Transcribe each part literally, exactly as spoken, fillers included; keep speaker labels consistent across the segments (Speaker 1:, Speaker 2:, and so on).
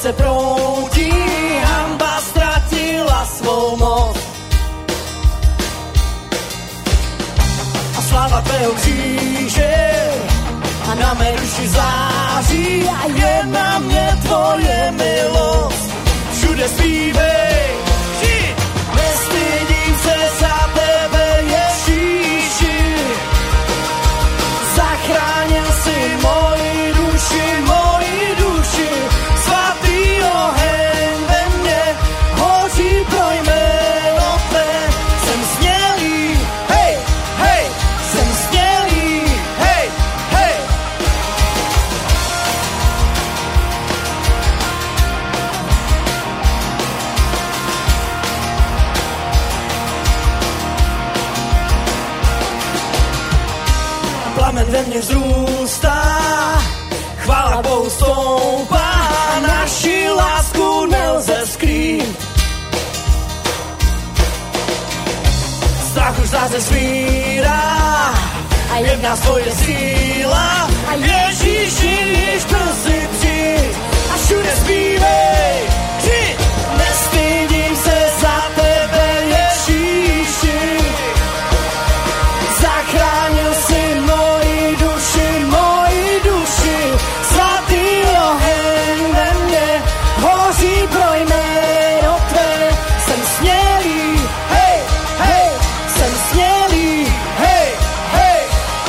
Speaker 1: se proudí, hanba ztratila svou moc. A sláva tvého kříže a na mé duši září a je na mě tvoje milost. Všude zpívej, nestydím se za tebe, Ježíši. Zachránil si moji duši, moji duši. Svatý oheň ve mně hoří pro jméno tvé. Jsem smělý, hej, hej, jsem smělý, hej, hej. Plamen ve mně vzrůstá, chvála Bohu stoupá, naši lásku nelze skrýt. Strach už zase svírá a je v nás tvoje síla a Ježíši, již brzy přijď a všude zpívej, křič. Nestydím se za tebe, Ježíši. Zachránil si moji duši, moji duši. Svatý oheň ve mně hoří pro jméno tvé. Jsem smělý, hej, hej, jsem smělý, hej, hej.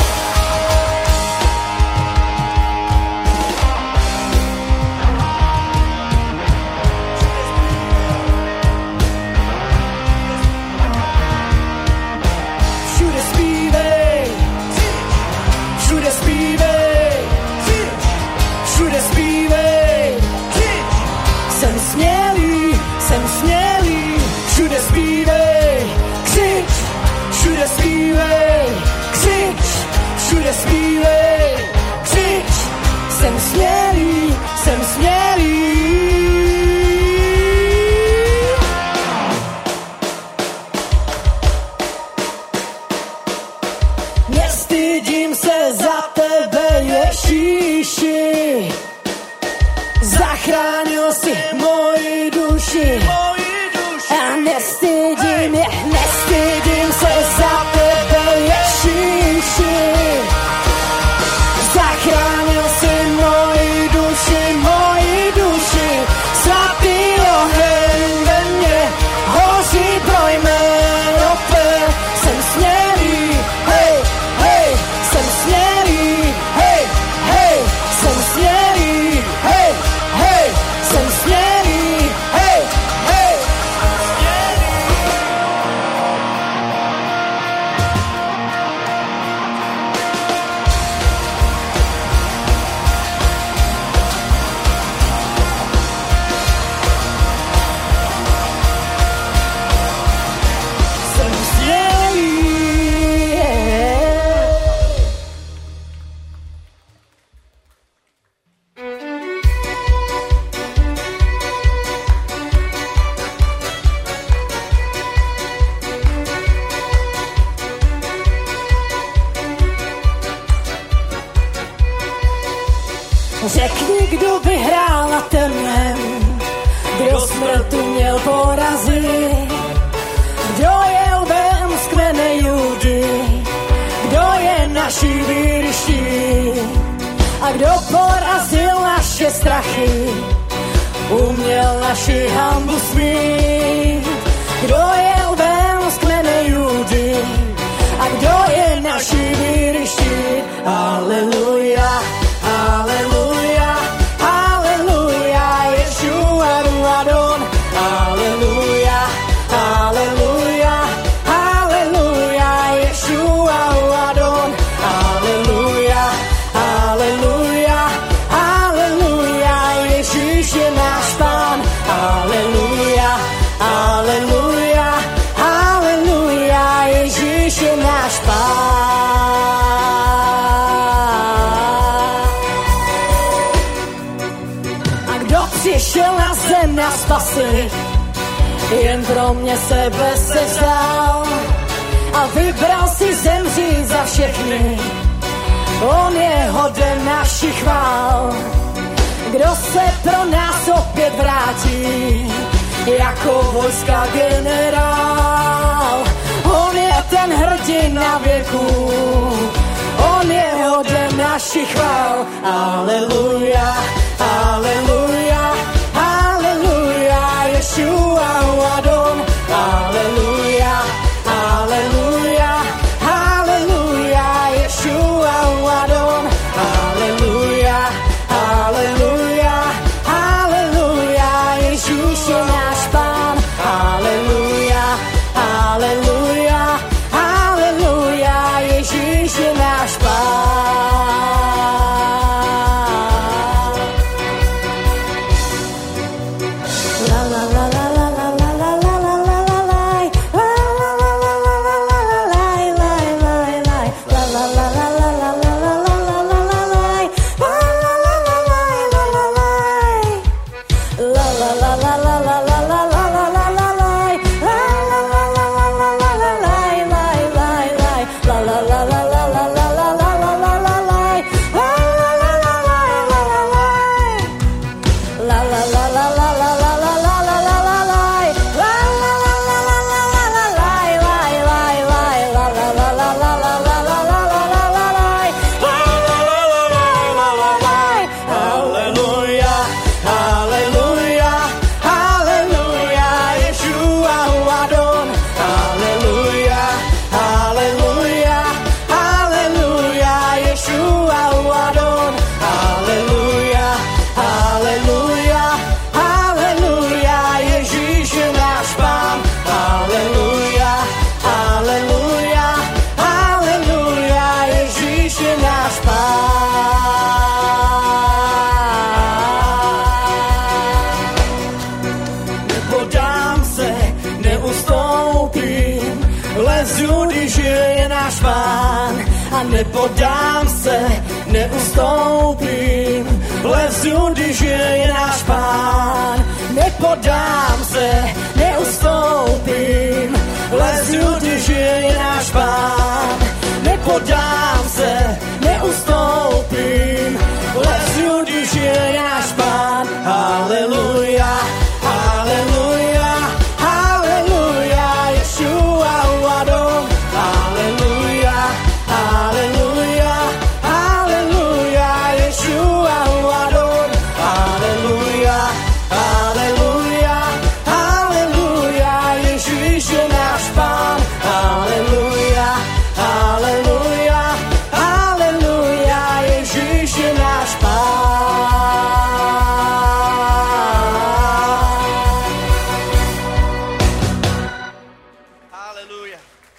Speaker 1: Všude zpívej, všude zpívej, všude zpívej. Jsem smělý, jsem smělý, všude zpívej, křič, všude zpívej, křič, všude zpívej, křič. Jsem smělý, jsem smělý. Nestydím se za tebe, Ježíši. Zachránil si moji duši. A nestydím, je, nestydím se za tebe, Ježíši. Zachránil si moji duši, moji duši. Svatý oheň ve mně hoří pro jméno tvé. Jsem smělý, hej, hej, jsem smělý, hej, hej, jsem smělý, hej, hej, jsem smělý, hej, hej. Jsem smělý, řekni, kdo vyhrál na temnem, kdo smrtu měl porazit, kdo je lvem z kmene Judy, kdo je naší víry štít a kdo porazil naše strachy, uměl naši hanbu smít. Kdo je lvem z kmene Judy a kdo je naší víry štít. Aleluja, aleluja, aleluja, Ješua Adon. Aleluja, aleluja, aleluja, Ješua Adon. Aleluja, aleluja, aleluja, Ježíš je náš Pán. Aleluja, aleluja, aleluja, Ježíš je náš Pán. A kdo přišel na zem na spasy, jen pro mě sebe se vzal a vybral si zemřít za všechny. On je hoden našich chvál. Kdo se pro nás opět vrátí, jako vojska generál. On je ten hrdina věku, on je hoden našich chvál. Aleluja, aleluja, aleluja, Ješua Adon. Aleluja, aleluja, aleluja, Ješua Adon. Aleluja, aleluja, aleluja, Ježíš je náš Pán. Aleluja, aleluja, aleluja, Ježíš je náš Pán. La la la la la la la la la la la la la la la la Nepodám se, neustoupím, lezu, když je náš Pán. Nepodám se, neustoupím, lezu, když je náš Pán. Nepodám se, neustoupím, lezu, když je náš Pán. Haleluja, haleluja, haleluja, Ješua Adon. Haleluja, haleluja, haleluja, Ješua Adon. Haleluja, haleluja, haleluja, Ježíš je náš Pán. Haleluja, haleluja, haleluja, Ježíš je náš Pán.
Speaker 2: Haleluja.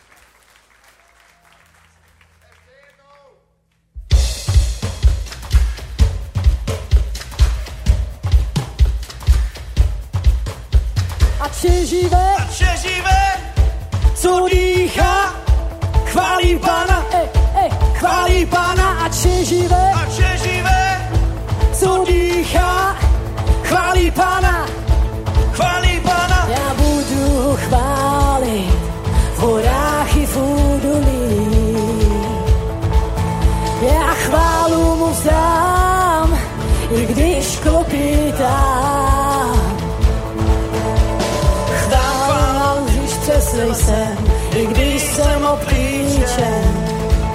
Speaker 1: Ať je živé,
Speaker 2: Ať je živé,
Speaker 1: co dýchá, chválí Pána, ej, ej, chválí Pána. Ať je živé,
Speaker 2: ať je živé,
Speaker 1: co dýchá, chválí Pána.
Speaker 2: chválí Pána.
Speaker 1: Já budu chválit v horách i v údolí. Já chválu mu vzdám, i když klopítám. Chvála, když přesnej jsem, i když jsem obklíčen.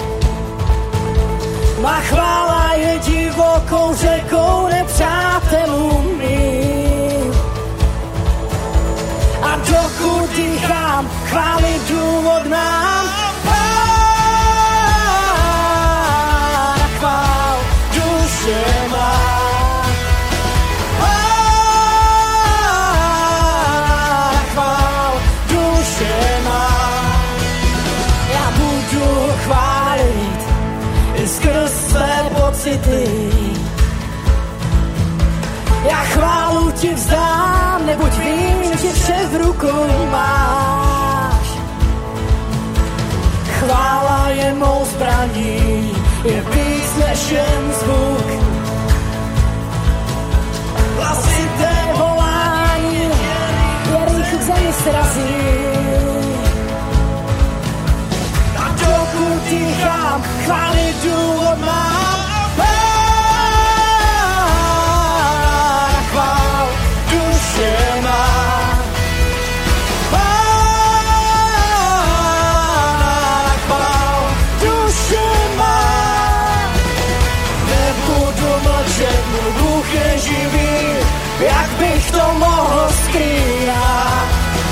Speaker 1: Má chvála je divokou řekou nepřátelům mým. A dokud dýchám, chválit důvod mám. Pána chvál, duše má. Pána chvál, duše má. Já budu chválit i skrz své pocity. Já chválu ti vzdám, neboť vím, že vše v rukou máš. Chvála je mou zbraní, je víc než jen zvuk. Hlasité volání je rýchu k zemi srazí. A dokud dýchám, chválit důvod mám. Pána jak bych to mohl skrývat.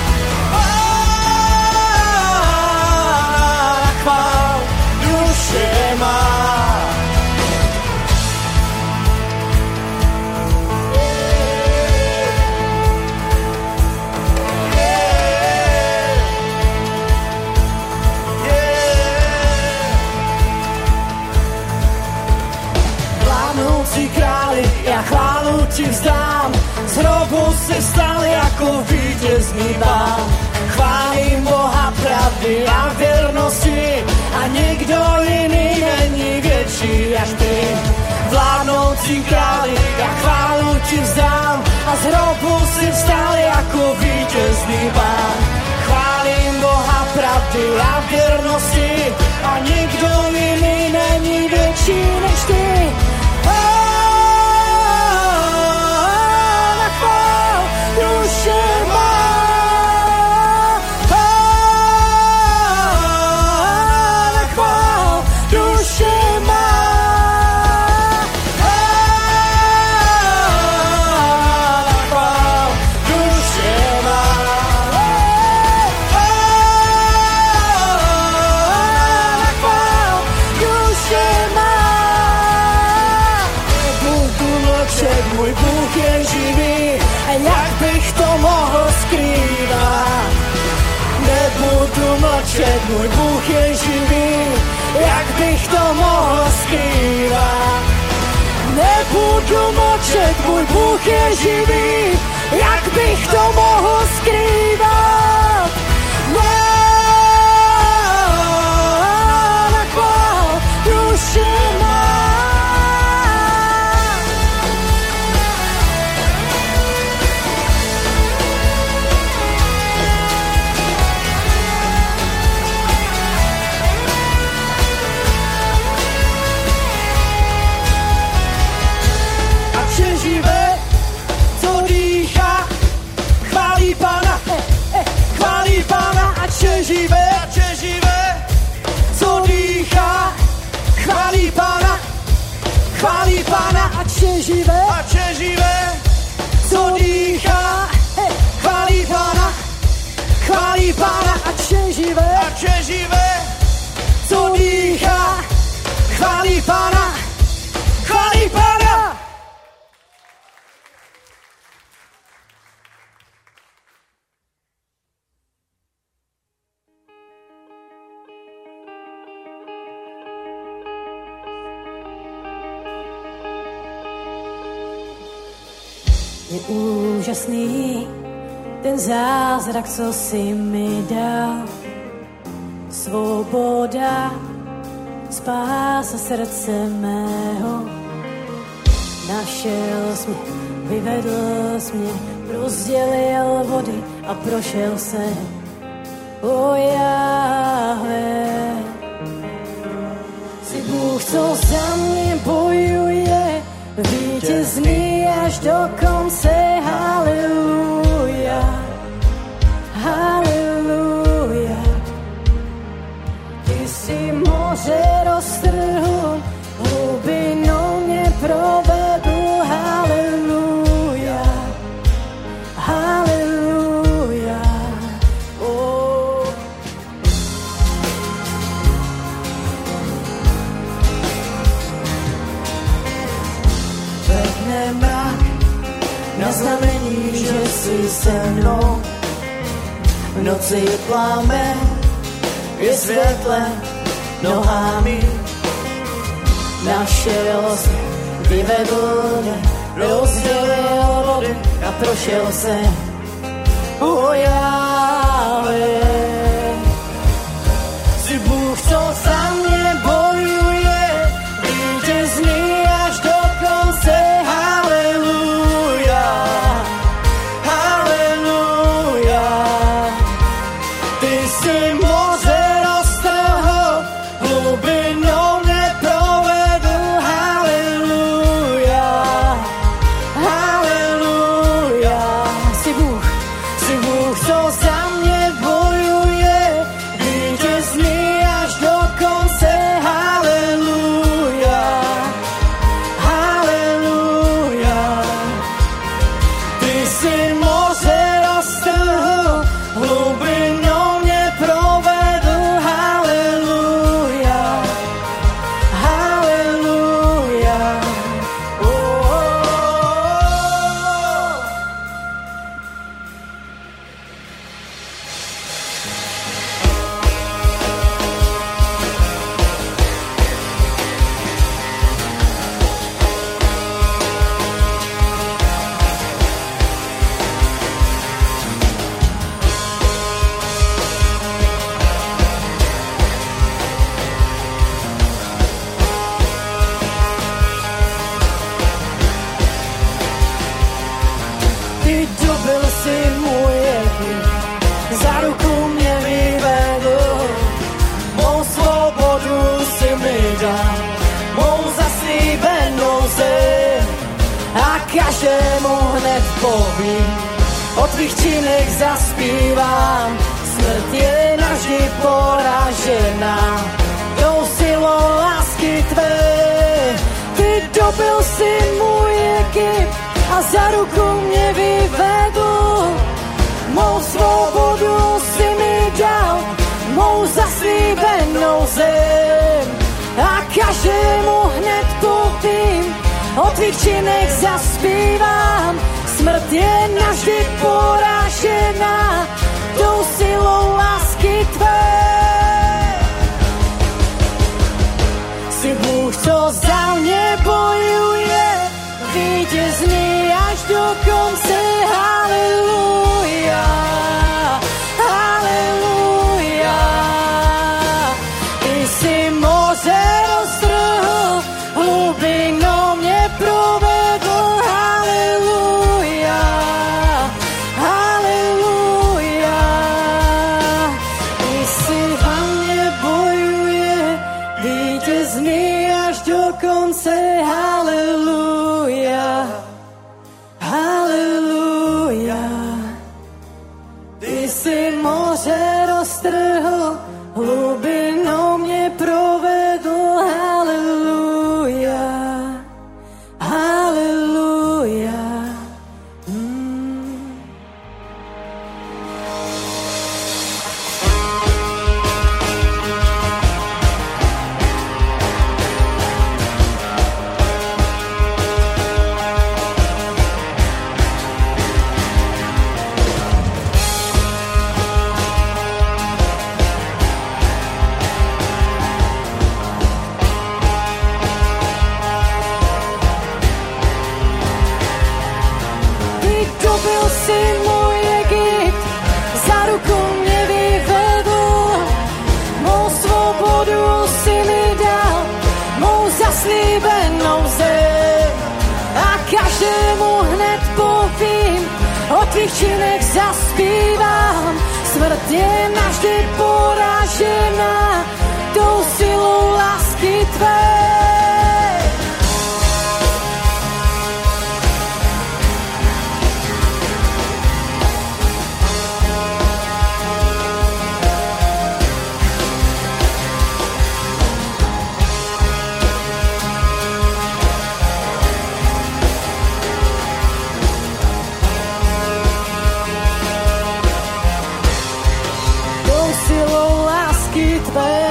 Speaker 1: Chvál duše má. Já chválu ti vzdám, z hrobu si stal jako vítězný pán. Chválím Boha pravdy a věrnosti a nikdo jiný není větší až ty. Vládnoucí králi, já chválu ti vzdám a z hrobu si vstal jako vítězný pán. Chválím Boha pravdy a věrnosti a nikdo jiný není větší než ty. Duše má, na chvál duše má, na chvál duše má, na chvál duše má. Budu mlčet, můj Bůh je živý, jak bych to mohl skrývat. Nebudu mlčet, můj Bůh je živý, jak bych to mohl skrývat. Nebudu mlčet, můj Bůh je živý, jak bych to mohl skrývat. Na chvál duše má. Živé, ať je živé, co dýchá, chválí Pána, chválí Pána, ať je živé, ať je živé, co dýchá, chválí Pána, chválí Pána, ať je živé, ať je živé, co dýchá, chválí Pána, chválí Pána. Je úžasný ten zázrak, co si mi dal. Svoboda, spása srdce mého. Našel jsi mě, vyvedl jsi mě, rozdělil vody a prošel se. O Jahve, jsi Bůh, co za mě bojuje, vítězný až do konce, haleluja, haleluja. Ty jsi moře roztrhl, hlubinou mě provedl, haleluja, haleluja. Oh. Vedne mrak na znamení, že jsi se mnou. V noci je plámen, je světle nohami. Našel jsi, vyvedl mě, rozdělil vody a prošel se. O Jahve, jsi Bůh, co za mě bojuje, vítězný až do konce, haleluja, haleluja. Ty jsi moře roztrhl, hlubinou mě provedl, haleluja, haleluja. Jsi Bůh, jsi Bůh, co za mě bojuje, vítězný až do konce, každému hned povím, o tvých činech zaspívám. Smrt je navždy poražená, tou silou lásky tvé. Ty dobil si můj Egypt a za ruku mě vyvedl. Mou svobodu si mi dal, mou zaslíbenou zem. A každému hned povím, o tvých činech zaspívám. Smrt je navždy poražená, tou silou lásky tvé. Jsi Bůh, co za mě bojuje, vítězný až do konce. Haleluja, haleluja. Ty jsi moře roztrhl, hlubinou mě provedl. Haleluja, haleluja. Ty jsi za mě bojuje, vítězný až do konce. Haleluja, haleluja. Ty jsi moře roztrhl, hlubinou mě provedl. Haleluja, haleluja. Mm. Dobil si můj Egypt, za ruku mě vyvedl. Mou svobodu si mi dal, mou zaslíbenou zem. A každému hned povím, o tvých činech zaspívám. Smrt je navždy poražená, tou silou lásky tvé. Silou lásky tvé.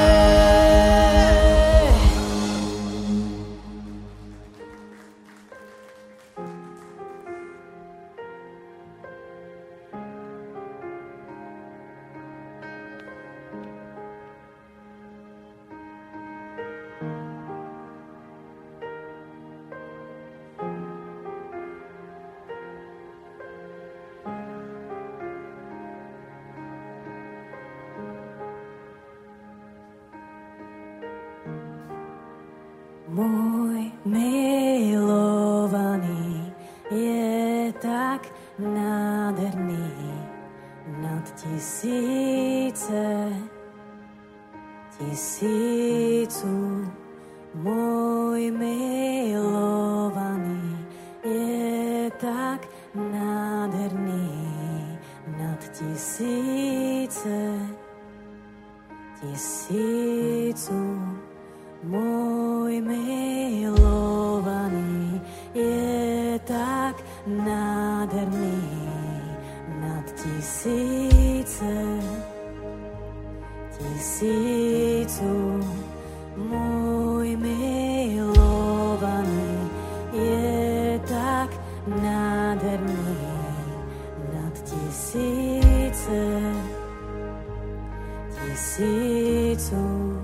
Speaker 1: Můj milovaný je tak nádherný, nad tisíce tisíců. Můj milovaný je tak nádherný, nad tisíce tisíců. Můj milovaný je tak nádherný, nad tisíce tisíců. Můj milovaný je tak nádherný, nad tisíce tisíců.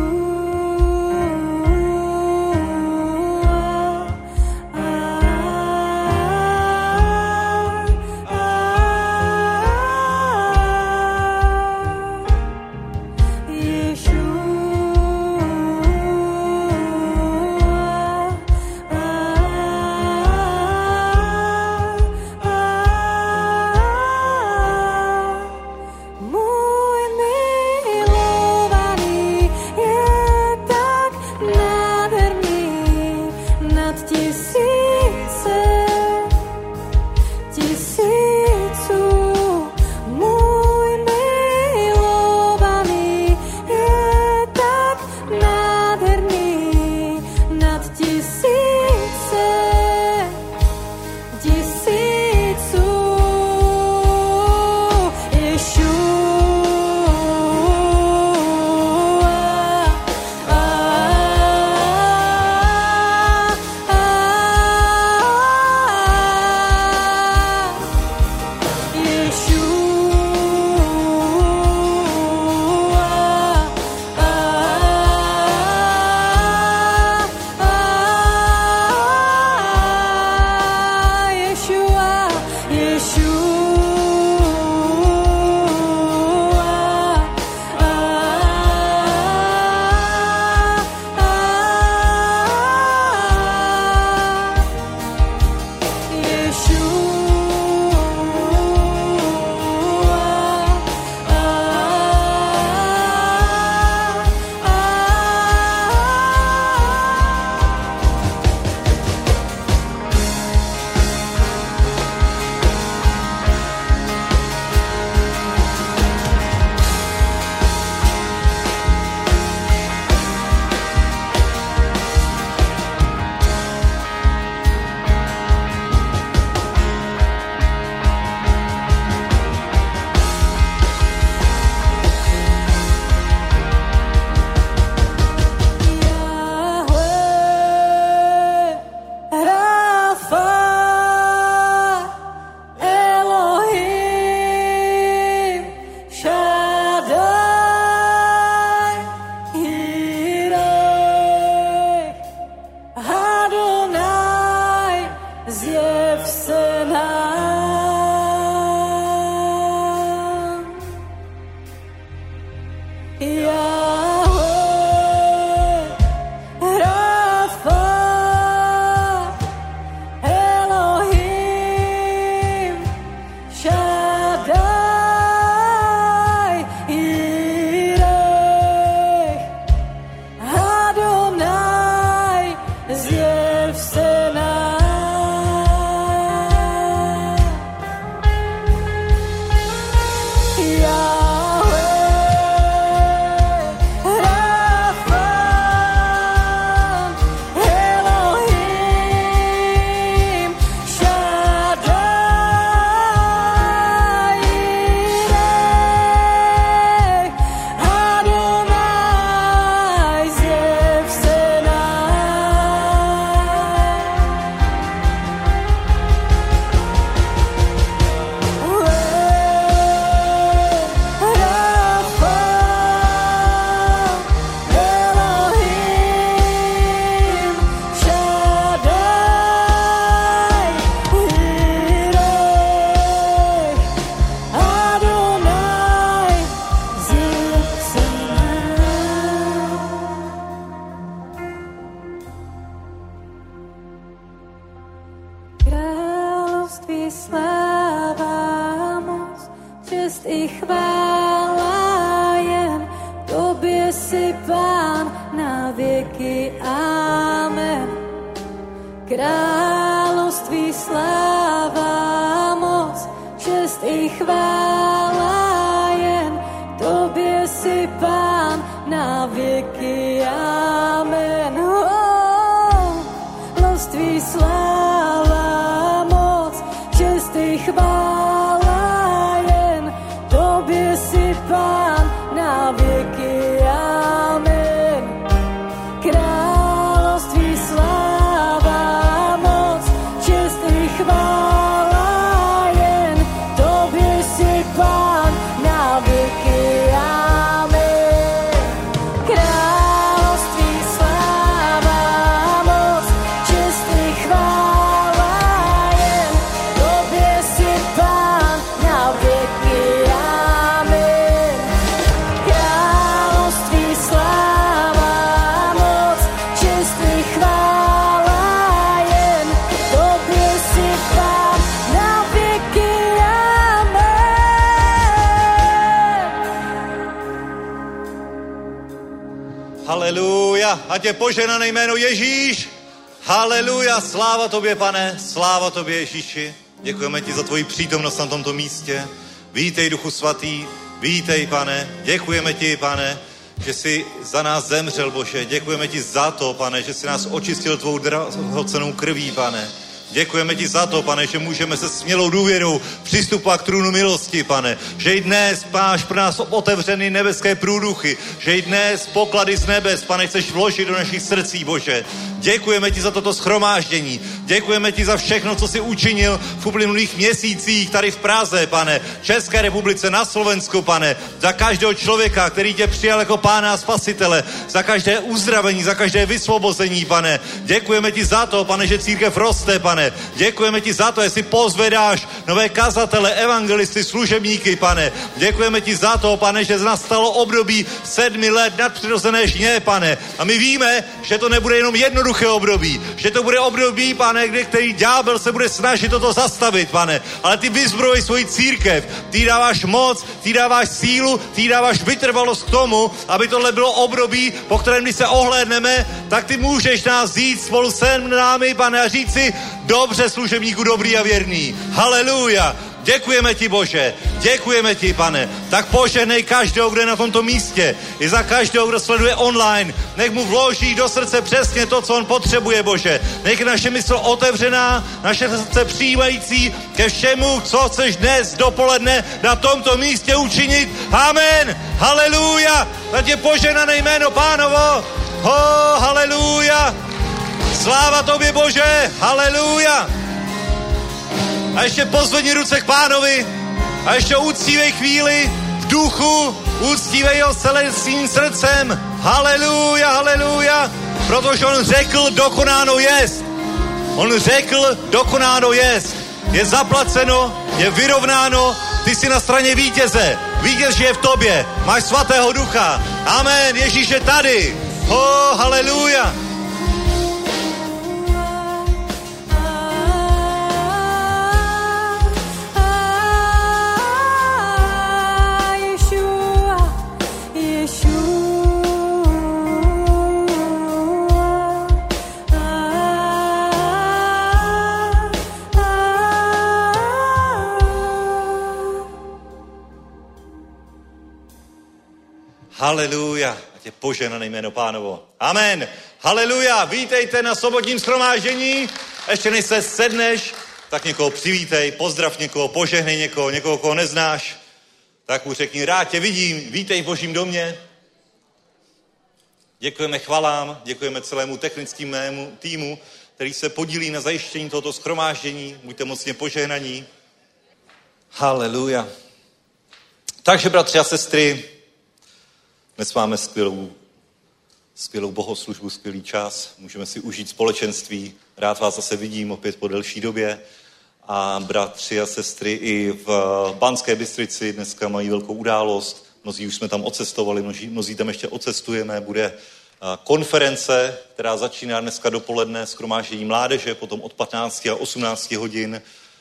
Speaker 1: Yeshua,
Speaker 3: Haleluja, ať je poženané jméno Ježíš. Haleluja, sláva tobě, pane, sláva tobě, Ježíši. Děkujeme ti za tvoji přítomnost na tomto místě. Vítej, Duchu svatý, vítej, pane. Děkujeme ti, pane, že jsi za nás zemřel, Bože. Děkujeme ti za to, pane, že jsi nás očistil tvou drahocennou krví, pane. Děkujeme ti za to, pane, že můžeme se smělou důvěrou přistupovat k trůnu milosti, pane. Že i dnes máš pro nás otevřený nebeské průduchy. Že i dnes poklady z nebes, pane, chceš vložit do našich srdcí, Bože. Děkujeme ti za toto shromáždění. Děkujeme ti za všechno, co jsi učinil v uplynulých měsících tady v Praze, pane. V České republice, na Slovensku, pane. Za každého člověka, který tě přijal jako pána a spasitele. Za každé uzdravení, za každé vysvobození, pane. Děkujeme ti za to, pane, že církev roste, pane. Děkujeme ti za to, jestli pozvedáš nové kazatele, evangelisty, služebníky, pane. Děkujeme ti za to, pane, že nastalo období sedmi let nadpřirozené žně, pane. A my víme, že to nebude jenom jednoduché období, že to bude období, pane, kde který ďábel se bude snažit toto zastavit, pane. Ale ty vyzbrojuješ svoji církev, ty dáváš moc, ty dáváš sílu, ty dáváš vytrvalost k tomu, aby tohle bylo období, po kterém když se ohlédneme, tak ty můžeš nás jít spolu s námi, pane, a říct si, dobře, služebníku dobrý a věrný. Haleluja. Děkujeme ti, Bože. Děkujeme ti, pane. Tak požehnej každého, kdo je na tomto místě. I za každého, kdo sleduje online. Nech mu vloží do srdce přesně to, co on potřebuje, Bože. Nech je naše mysl otevřená, naše srdce přijímající ke všemu, co chceš dnes dopoledne na tomto místě učinit. Amen. Haleluja. Ať je požehnané jméno Pánovo. Ho, haleluja. Sláva tobě, Bože. Haleluja. A ještě pozvedni ruce k Pánovi a ještě uctívej chvíli v duchu, uctívej ho celým svým srdcem. Haleluja, haleluja, protože on řekl, dokonáno jest. On řekl, dokonáno jest. Je zaplaceno, je vyrovnáno, ty jsi na straně vítěze. Vidět, že je v tobě. Máš svatého ducha. Amen. Ježíš je tady. Oh, haleluja. Haleluja. Ať je požehnané jméno Pánovo. Amen. Haleluja. Vítejte na sobotním shromáždění. Ještě než se sedneš, tak někoho přivítej, pozdrav někoho, požehnej někoho, někoho, koho neznáš. Tak mu řekni, rád tě vidím, vítej v Božím domě. Děkujeme chvalám, děkujeme celému technickému týmu, který se podílí na zajištění tohoto shromáždění. Buďte mocně požehnaní. Haleluja. Takže, bratři a sestry, dnes máme skvělou, skvělou bohoslužbu, skvělý čas. Můžeme si užít společenství. Rád vás zase vidím opět po delší době. A bratři a sestry i v Banské Bystrici dneska mají velkou událost. Mnozí už jsme tam odcestovali, mnozí, mnozí tam ještě odcestujeme. Bude konference, která začíná dneska dopoledne, shromáždění mládeže, potom od patnácti a osmnácti hodin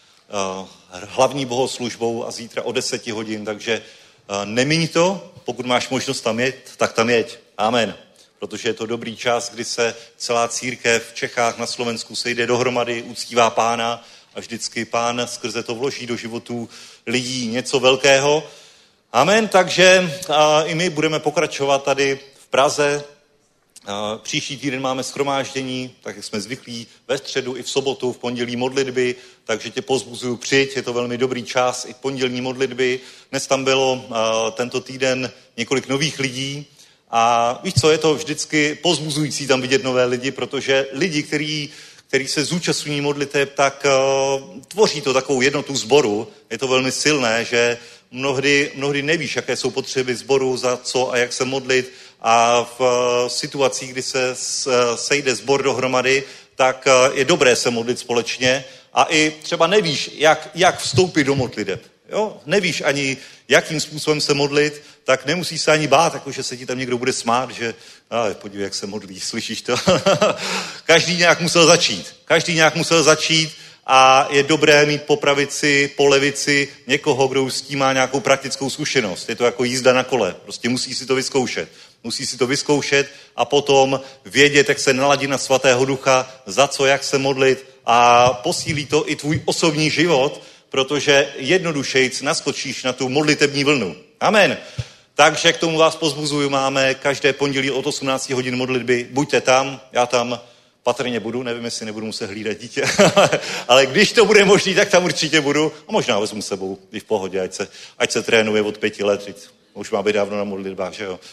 Speaker 3: hlavní bohoslužbou a zítra o deseti hodin, takže nemiň to, pokud máš možnost tam jet, tak tam jeď. Amen. Protože je to dobrý čas, kdy se celá církev v Čechách, na Slovensku sejde dohromady, uctívá Pána a vždycky Pán skrze to vloží do životů lidí něco velkého. Amen. Takže a, i my budeme pokračovat tady v Praze. A, příští týden máme shromáždění, tak jak jsme zvyklí, ve středu i v sobotu, v pondělí modlitby, takže tě pozbuzuju, přijď, je to velmi dobrý čas, i pondělní modlitby. Dnes tam bylo a, tento týden několik nových lidí a víš co, je to vždycky pozbuzující tam vidět nové lidi, protože lidi, který, který se zúčastňují modliteb, tak a, tvoří to takovou jednotu sboru. Je to velmi silné, že mnohdy, mnohdy nevíš, jaké jsou potřeby sboru, za co a jak se modlit. A v situacích, kdy se sejde sbor dohromady, tak je dobré se modlit společně a i třeba nevíš, jak, jak vstoupit do modliteb. Jo? Nevíš ani, jakým způsobem se modlit, tak nemusíš se ani bát, jako že se ti tam někdo bude smát, že ale podívej, jak se modlí, slyšíš to? Každý nějak musel začít. Každý nějak musel začít a je dobré mít po pravici, po levici někoho, kdo už s tím má nějakou praktickou zkušenost. Je to jako jízda na kole. Prostě musí si to vyzkoušet. Musí si to vyzkoušet a potom vědět, jak se naladit na svatého ducha, za co, jak se modlit a posílí to i tvůj osobní život, protože jednodušejc naskočíš na tu modlitební vlnu. Amen. Takže k tomu vás pozbuzuju, máme každé pondělí od osmnácti hodin modlitby. Buďte tam, já tam patrně budu, nevím, jestli nebudu muset hlídat dítě, ale když to bude možný, tak tam určitě budu a možná vezmu s sebou i v pohodě, ať se, ať se trénuje od pěti let, už má být dávno na modlitbách, že jo.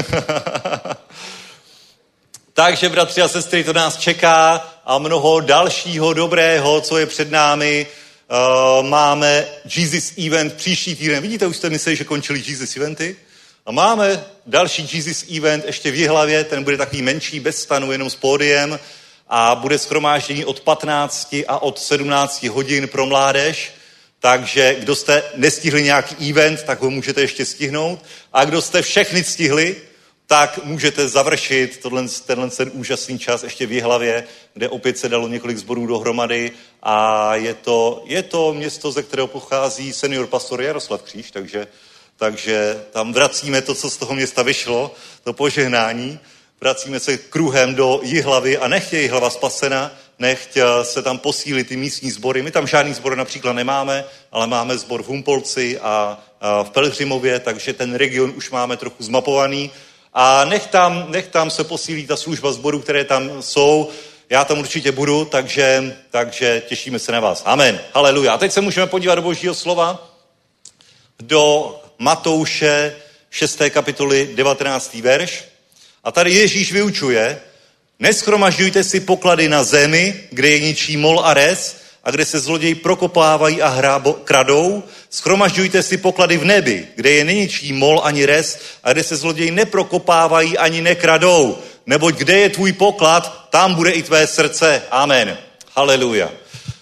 Speaker 3: Takže, bratři a sestry, to nás čeká a mnoho dalšího dobrého, co je před námi. Uh, máme Jesus Event příští týden. Vidíte, už jste mysleli, že končili Jesus Eventy? A máme další Jesus Event ještě v Jihlavě, ten bude takový menší, bez stanu, jenom s pódiem a bude shromáždění od patnácti a od sedmnácti hodin pro mládež. Takže kdo jste nestihli nějaký event, tak ho můžete ještě stihnout. A kdo jste všechny stihli, tak můžete završit tohle, tenhle ten úžasný čas ještě v Jihlavě, kde opět se dalo několik sborů dohromady a je to, je to město, ze kterého pochází senior pastor Jaroslav Kříž, takže, takže tam vracíme to, co z toho města vyšlo, to požehnání. Vracíme se kruhem do Jihlavy a nechť je Jihlava spasena, nechť se tam posílí ty místní sbory. My tam žádný sbor například nemáme, ale máme sbor v Humpolci a, a v Pelhřimově, takže ten region už máme trochu zmapovaný. A nech tam, nech tam se posílí ta služba sborů, které tam jsou. Já tam určitě budu, takže, takže těšíme se na vás. Amen. Haleluja. A teď se můžeme podívat do Božího slova, do Matouše šesté kapitoly devatenáctý verš. A tady Ježíš vyučuje, neschromažďujte si poklady na zemi, kde je ničí mol a res a kde se zloději prokopávají a hrábo, kradou. Schromažďujte si poklady v nebi, kde je neničí mol ani res a kde se zloději neprokopávají ani nekradou. Neboť kde je tvůj poklad, tam bude i tvé srdce. Amen. Haleluja.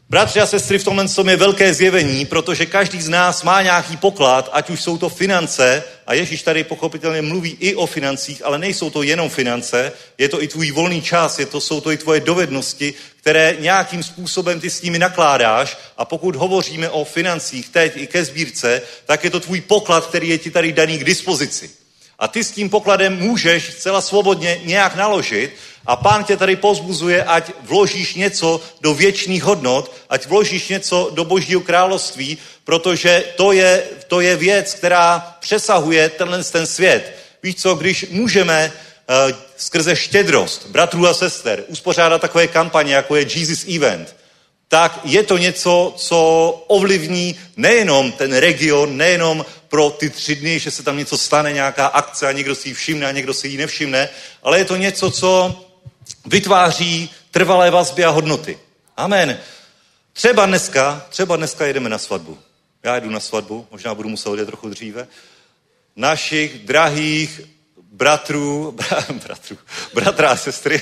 Speaker 3: Bratři a sestry, v tomhle tom je velké zjevení, protože každý z nás má nějaký poklad, ať už jsou to finance, a Ježíš tady pochopitelně mluví i o financích, ale nejsou to jenom finance, je to i tvůj volný čas, je to, jsou to i tvoje dovednosti, které nějakým způsobem ty s nimi nakládáš, a pokud hovoříme o financích teď i ke sbírce, tak je to tvůj poklad, který je ti tady daný k dispozici. A ty s tím pokladem můžeš zcela svobodně nějak naložit a Pán tě tady povzbuzuje, ať vložíš něco do věčných hodnot, ať vložíš něco do Božího království, protože to je, to je věc, která přesahuje tenhle ten svět. Víš co, když můžeme uh, skrze štědrost bratrů a sester uspořádat takové kampaně, jako je Jesus Event, tak je to něco, co ovlivní nejenom ten region, nejenom pro ty tři dny, že se tam něco stane, nějaká akce a někdo si ji všimne a někdo si ji nevšimne, ale je to něco, co vytváří trvalé vazby a hodnoty. Amen. Třeba dneska, třeba dneska jedeme na svatbu. Já jdu na svatbu, možná budu muset odjet trochu dříve. Našich drahých bratrů, bra, bratrů, bratra a sestry.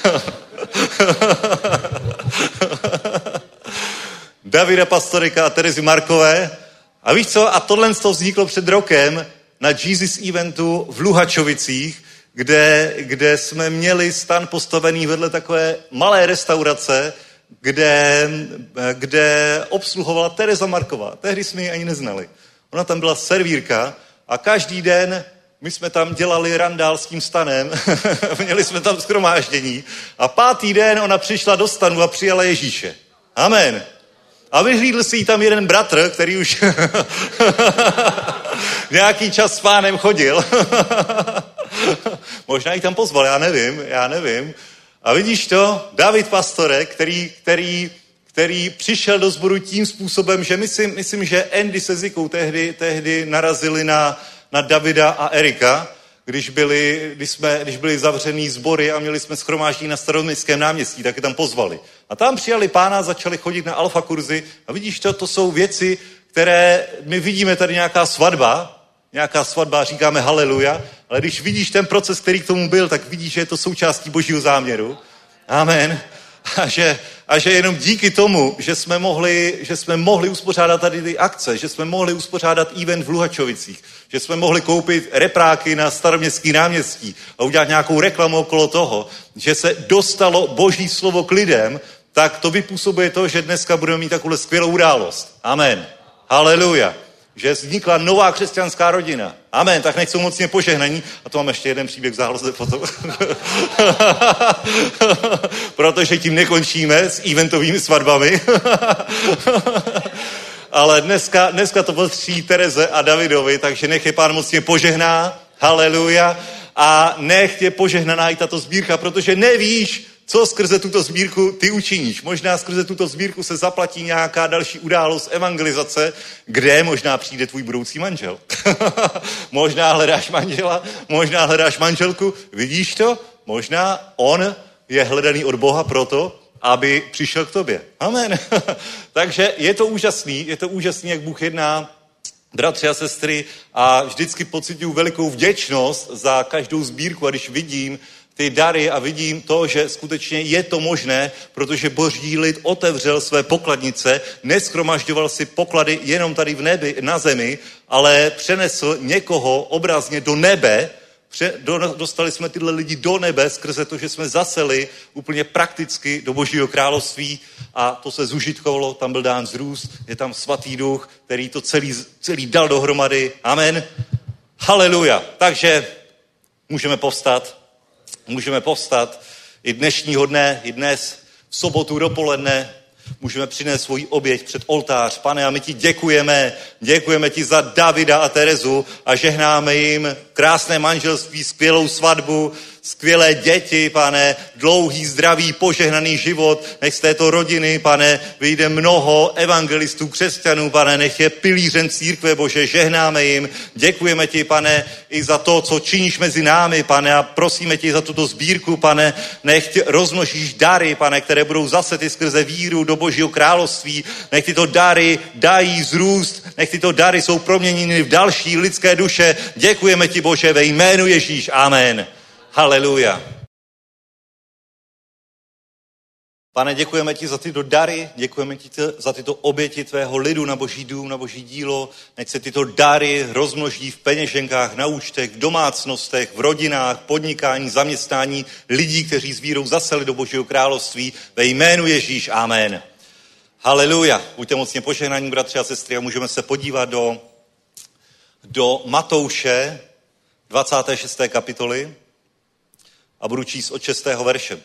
Speaker 3: Davida Pastorika a Terezy Markové. A víš co? A tohle z toho vzniklo před rokem na Jesus Eventu v Luhačovicích, kde, kde jsme měli stan postavený vedle takové malé restaurace, kde, kde obsluhovala Tereza Marková. Tehdy jsme ji ani neznali. Ona tam byla servírka a každý den my jsme tam dělali randál s tím stanem, měli jsme tam shromáždění a pátý den ona přišla do stanu a přijala Ježíše. Amen. A vyhlídl si jí tam jeden bratr, který už nějaký čas s Pánem chodil. Možná ji tam pozval, já nevím, já nevím. A vidíš to, David Pastorek, který, který, který přišel do sboru tím způsobem, že myslím, myslím že Andy se Zikou tehdy, tehdy narazili na, na Davida a Erika, když byli, když, jsme, když byli zavřený sbory a měli jsme shromáždění na Staroměstském náměstí, tak je tam pozvali. A tam přijali Pána, začali chodit na alfa kurzy a vidíš to, to jsou věci, které my vidíme tady nějaká svatba, nějaká svatba, říkáme haleluja, ale když vidíš ten proces, který k tomu byl, tak vidíš, že je to součástí Božího záměru. Amen. A že, a že jenom díky tomu, že jsme, mohli, že jsme mohli uspořádat tady ty akce, že jsme mohli uspořádat event v Luhačovicích, že jsme mohli koupit repráky na Staroměstský náměstí a udělat nějakou reklamu okolo toho, že se dostalo Boží slovo k lidem, tak to vypůsobuje to, že dneska budeme mít takovou skvělou událost. Amen. Haleluja. Že vznikla nová křesťanská rodina. Amen, tak nechcou mocně požehnaní. A to mám ještě jeden příběh v záloze potom. Protože tím nekončíme s eventovými svatbami. Ale dneska, dneska to patří Tereze a Davidovi, takže nech je Pán mocně požehná. Haleluja. A nech je požehnaná i tato sbírka, protože nevíš, co skrze tuto sbírku ty učiníš. Možná skrze tuto sbírku se zaplatí nějaká další událost evangelizace, kde možná přijde tvůj budoucí manžel. Možná hledáš manžela, možná hledáš manželku. Vidíš to? Možná on je hledaný od Boha proto, aby přišel k tobě. Amen. Takže je to úžasný, je to úžasný, jak Bůh jedná, bratři a sestry, a vždycky pociťuju velikou vděčnost za každou sbírku, a když vidím ty dary a vidím to, že skutečně je to možné, protože Boží lid otevřel své pokladnice, neshromažďoval si poklady jenom tady v nebi, na zemi, ale přenesl někoho obrazně do nebe. Dostali jsme tyhle lidi do nebe skrze to, že jsme zaseli úplně prakticky do Božího království a to se zužitkovalo, tam byl dán vzrůst, je tam svatý duch, který to celý, celý dal dohromady. Amen. Haleluja. Takže můžeme povstat. Můžeme povstat i dnešního dne, i dnes, v sobotu dopoledne, můžeme přinést svoji oběť před oltář. Pane, a my ti děkujeme, děkujeme ti za Davida a Terezu a žehnáme jim krásné manželství, skvělou svatbu, skvělé děti, pane, dlouhý, zdravý, požehnaný život, nech z této rodiny, pane, vyjde mnoho evangelistů, křesťanů, pane, nech je pilířem církve, Bože, žehnáme jim, děkujeme ti, pane, i za to, co činíš mezi námi, pane, a prosíme ti za tuto sbírku, pane, nech rozmnožíš dary, pane, které budou zasety skrze víru do Božího království, nech tyto dary dají zrůst, nech tyto dary jsou proměněny v další lidské duše, děkujeme ti, Bože, ve jménu Ježíš, amen. Haleluja. Pane, děkujeme ti za tyto dary, děkujeme ti za tyto oběti tvého lidu na boží dům, na boží dílo. Nech se tyto dary rozmnoží v peněženkách, na účtech, v domácnostech, v rodinách, podnikání, zaměstnání lidí, kteří s vírou zaseli do božího království. Ve jménu Ježíš, amen. Haleluja. Buďte mocně požehnaní, bratři a sestry, a můžeme se podívat do, do Matouše dvacáté šesté kapitoly a budu číst od šestého verše.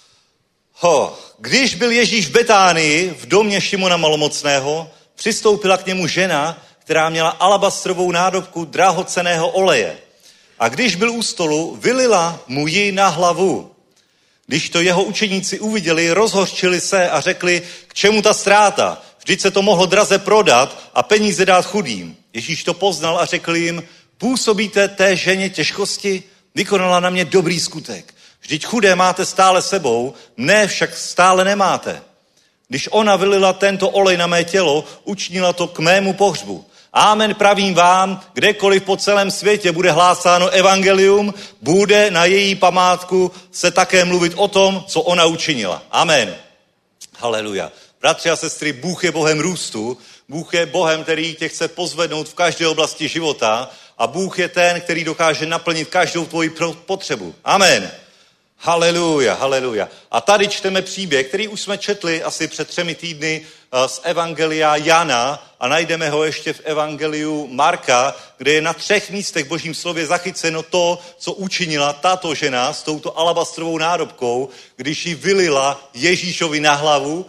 Speaker 3: Ho, když byl Ježíš v Betánii, v domě Šimona Malomocného, přistoupila k němu žena, která měla alabastrovou nádobku drahocenného oleje. A když byl u stolu, vylila mu ji na hlavu. Když to jeho učeníci uviděli, rozhořčili se a řekli, k čemu ta ztráta? Vždyť se to mohlo draze prodat a peníze dát chudým. Ježíš to poznal a řekl jim, působíte té ženě těžkosti? Vykonala na mě dobrý skutek. Vždyť chudé máte stále sebou, mne však stále nemáte. Když ona vylila tento olej na mé tělo, učinila to k mému pohřbu. Amen, pravím vám, kdekoliv po celém světě bude hlásáno evangelium, bude na její památku se také mluvit o tom, co ona učinila. Amen. Haleluja. Bratři a sestry, Bůh je Bohem růstu, Bůh je Bohem, který tě chce pozvednout v každé oblasti života a Bůh je ten, který dokáže naplnit každou tvoji potřebu. Amen. Haleluja, haleluja. A tady čteme příběh, který už jsme četli asi před třemi týdny z Evangelia Jana a najdeme ho ještě v Evangeliu Marka, kde je na třech místech v Božím slově zachyceno to, co učinila tato žena s touto alabastrovou nádobkou, když ji vylila Ježíšovi na hlavu.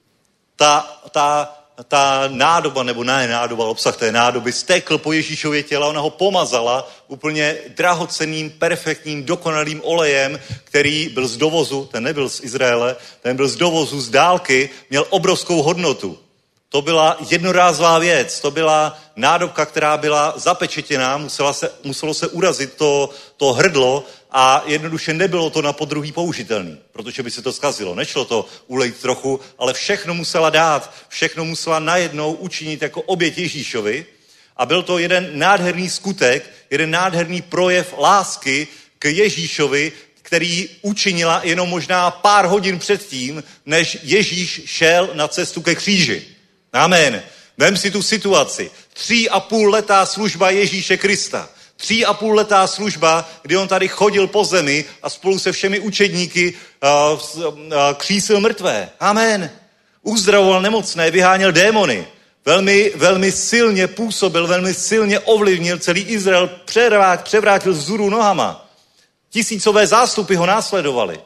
Speaker 3: Ta, ta, ta nádoba, nebo ne nádoba, obsah té nádoby stekl po Ježíšově těla, ona ho pomazala úplně drahocenným, perfektním, dokonalým olejem, který byl z dovozu, ten nebyl z Izraele, ten byl z dovozu, z dálky, měl obrovskou hodnotu. To byla jednorázová věc, to byla nádobka, která byla zapečetěná, musela se, muselo se urazit to, to hrdlo a jednoduše nebylo to na podruhý použitelný, protože by se to zkazilo. Nešlo to ulejt trochu, ale všechno musela dát, všechno musela najednou učinit jako oběť Ježíšovi a byl to jeden nádherný skutek, jeden nádherný projev lásky k Ježíšovi, který učinila jenom možná pár hodin předtím, než Ježíš šel na cestu ke kříži. Amen. Vem si tu situaci. Tří a půl letá služba Ježíše Krista. Tří a půl letá služba, kdy on tady chodil po zemi a spolu se všemi učedníky uh, uh, křísil mrtvé. Amen. Uzdravoval nemocné, vyháněl démony. Velmi, velmi silně působil, velmi silně ovlivnil celý Izrael, převrátil vzhůru nohama. Tisícové zástupy ho následovali.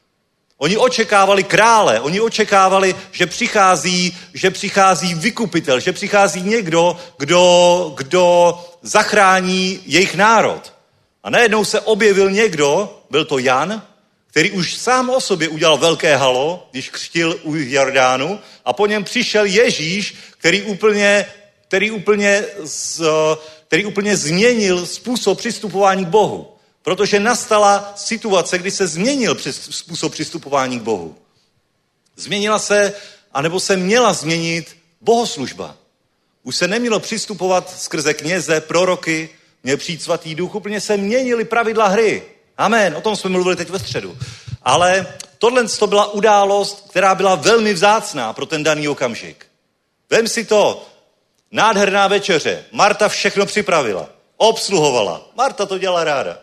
Speaker 3: Oni očekávali krále, oni očekávali, že přichází, že přichází vykupitel, že přichází někdo, kdo, kdo zachrání jejich národ. A najednou se objevil někdo, byl to Jan, který už sám o sobě udělal velké halo, když křtil u Jordánu, a po něm přišel Ježíš, který úplně, který úplně, z, který úplně změnil způsob přistupování k Bohu. Protože nastala situace, kdy se změnil způsob přistupování k Bohu. Změnila se, anebo se měla změnit bohoslužba. Už se nemělo přistupovat skrze kněze, proroky, měl přijít svatý duch, úplně se měnily pravidla hry. Amen, o tom jsme mluvili teď ve středu. Ale tohle to byla událost, která byla velmi vzácná pro ten daný okamžik. Vem si to, nádherná večeře, Marta všechno připravila. Obsluhovala. Marta to dělala ráda.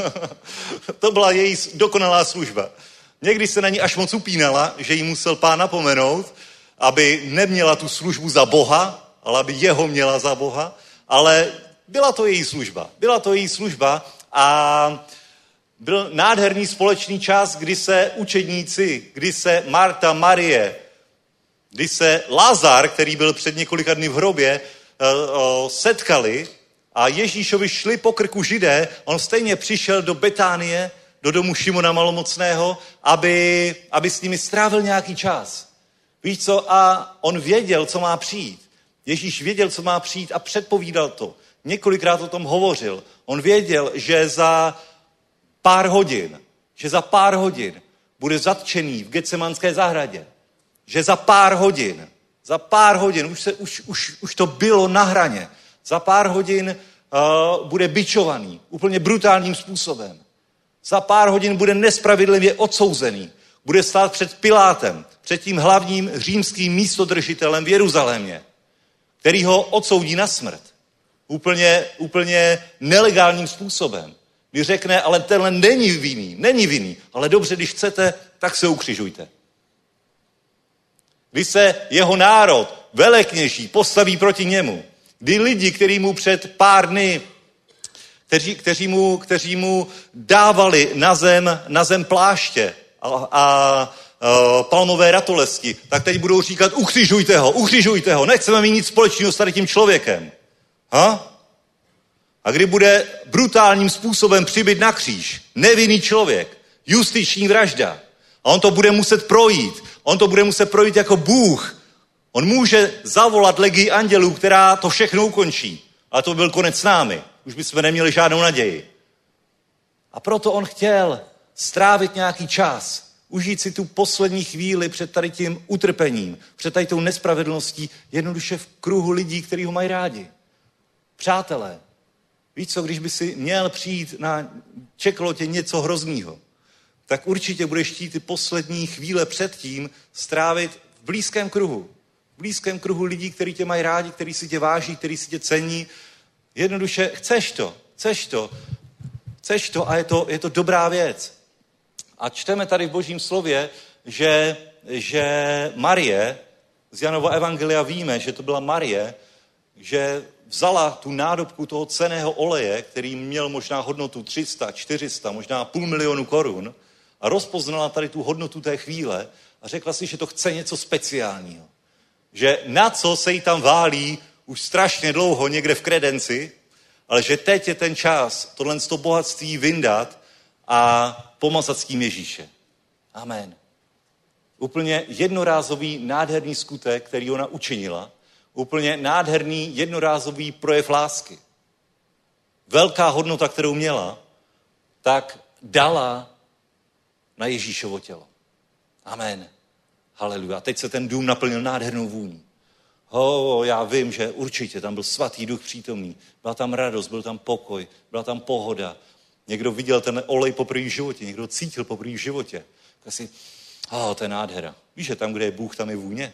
Speaker 3: To byla její dokonalá služba. Někdy se na ní až moc upínala, že jí musel Pán napomenout, aby neměla tu službu za Boha, ale aby jeho měla za Boha, ale byla to její služba. Byla to její služba a byl nádherný společný čas, kdy se učedníci, kdy se Marta, Marie, kdy se Lazar, který byl před několika dny v hrobě, setkali a Ježíšovi šli po krku Židé, on stejně přišel do Betánie, do domu Šimona Malomocného, aby, aby s nimi strávil nějaký čas. Víš co? A on věděl, co má přijít. Ježíš věděl, co má přijít a předpovídal to. Několikrát o tom hovořil. On věděl, že za pár hodin, že za pár hodin bude zatčený v Getsemanské zahradě. Že za pár hodin, za pár hodin, už, se, už, už, už to bylo na hraně, za pár hodin uh, bude bičovaný úplně brutálním způsobem. Za pár hodin bude nespravedlivě odsouzený. Bude stát před Pilátem, před tím hlavním římským místodržitelem v Jeruzalémě, který ho odsoudí na smrt. Úplně, úplně nelegálním způsobem. Kdy řekne, ale tenhle není vinný, není vinný, ale dobře, když chcete, tak se ukřižujte. Kdy se jeho národ, velekněží, postaví proti němu. Kdy lidi, kteří mu před pár dny, kteří, kteří, mu, kteří mu dávali na zem, na zem pláště a, a, a palmové ratolesti, tak teď budou říkat, ukřižujte ho, ukřižujte ho, nechceme mít nic společného s tady tím člověkem. Ha? A kdy bude brutálním způsobem přibyt na kříž, nevinný člověk, justiční vražda, a on to bude muset projít, on to bude muset projít jako Bůh. On může zavolat legii andělů, která to všechno ukončí. Ale to byl konec s námi. Už bychom neměli žádnou naději. A proto on chtěl strávit nějaký čas, užít si tu poslední chvíli před tady tím utrpením, před tady tou nespravedlností, jednoduše v kruhu lidí, kteří ho mají rádi. Přátelé, víš co, když by si měl přijít na čekalo tě něco hroznýho, tak určitě budeš chtít ty poslední chvíle předtím strávit v blízkém kruhu. V blízkém kruhu lidí, kteří tě mají rádi, kteří si tě váží, kteří si tě cení. Jednoduše chceš to, chceš to, chceš to a je to, je to dobrá věc. A čteme tady v Božím slově, že, že Marie, z Janova evangelia víme, že to byla Marie, že vzala tu nádobku toho cenného oleje, který měl možná hodnotu tři sta, čtyři sta, možná půl milionu korun a rozpoznala tady tu hodnotu té chvíle a řekla si, že to chce něco speciálního. Že na co se jí tam válí už strašně dlouho někde v kredenci, ale že teď je ten čas tohle z toho bohatství vyndat a pomazat s tím Ježíše. Amen. Úplně jednorázový nádherný skutek, který ona učinila, úplně nádherný jednorázový projev lásky. Velká hodnota, kterou měla, tak dala na Ježíšovo tělo. Amen. Haleluja. A teď se ten dům naplnil nádhernou vůní. Ho, já vím, že určitě tam byl svatý duch přítomný. Byla tam radost, byl tam pokoj, byla tam pohoda. Někdo viděl ten olej poprvé v životě, někdo cítil poprvé v životě. Tak si, oh, to je nádhera. Víš, že tam, kde je Bůh, tam je vůně?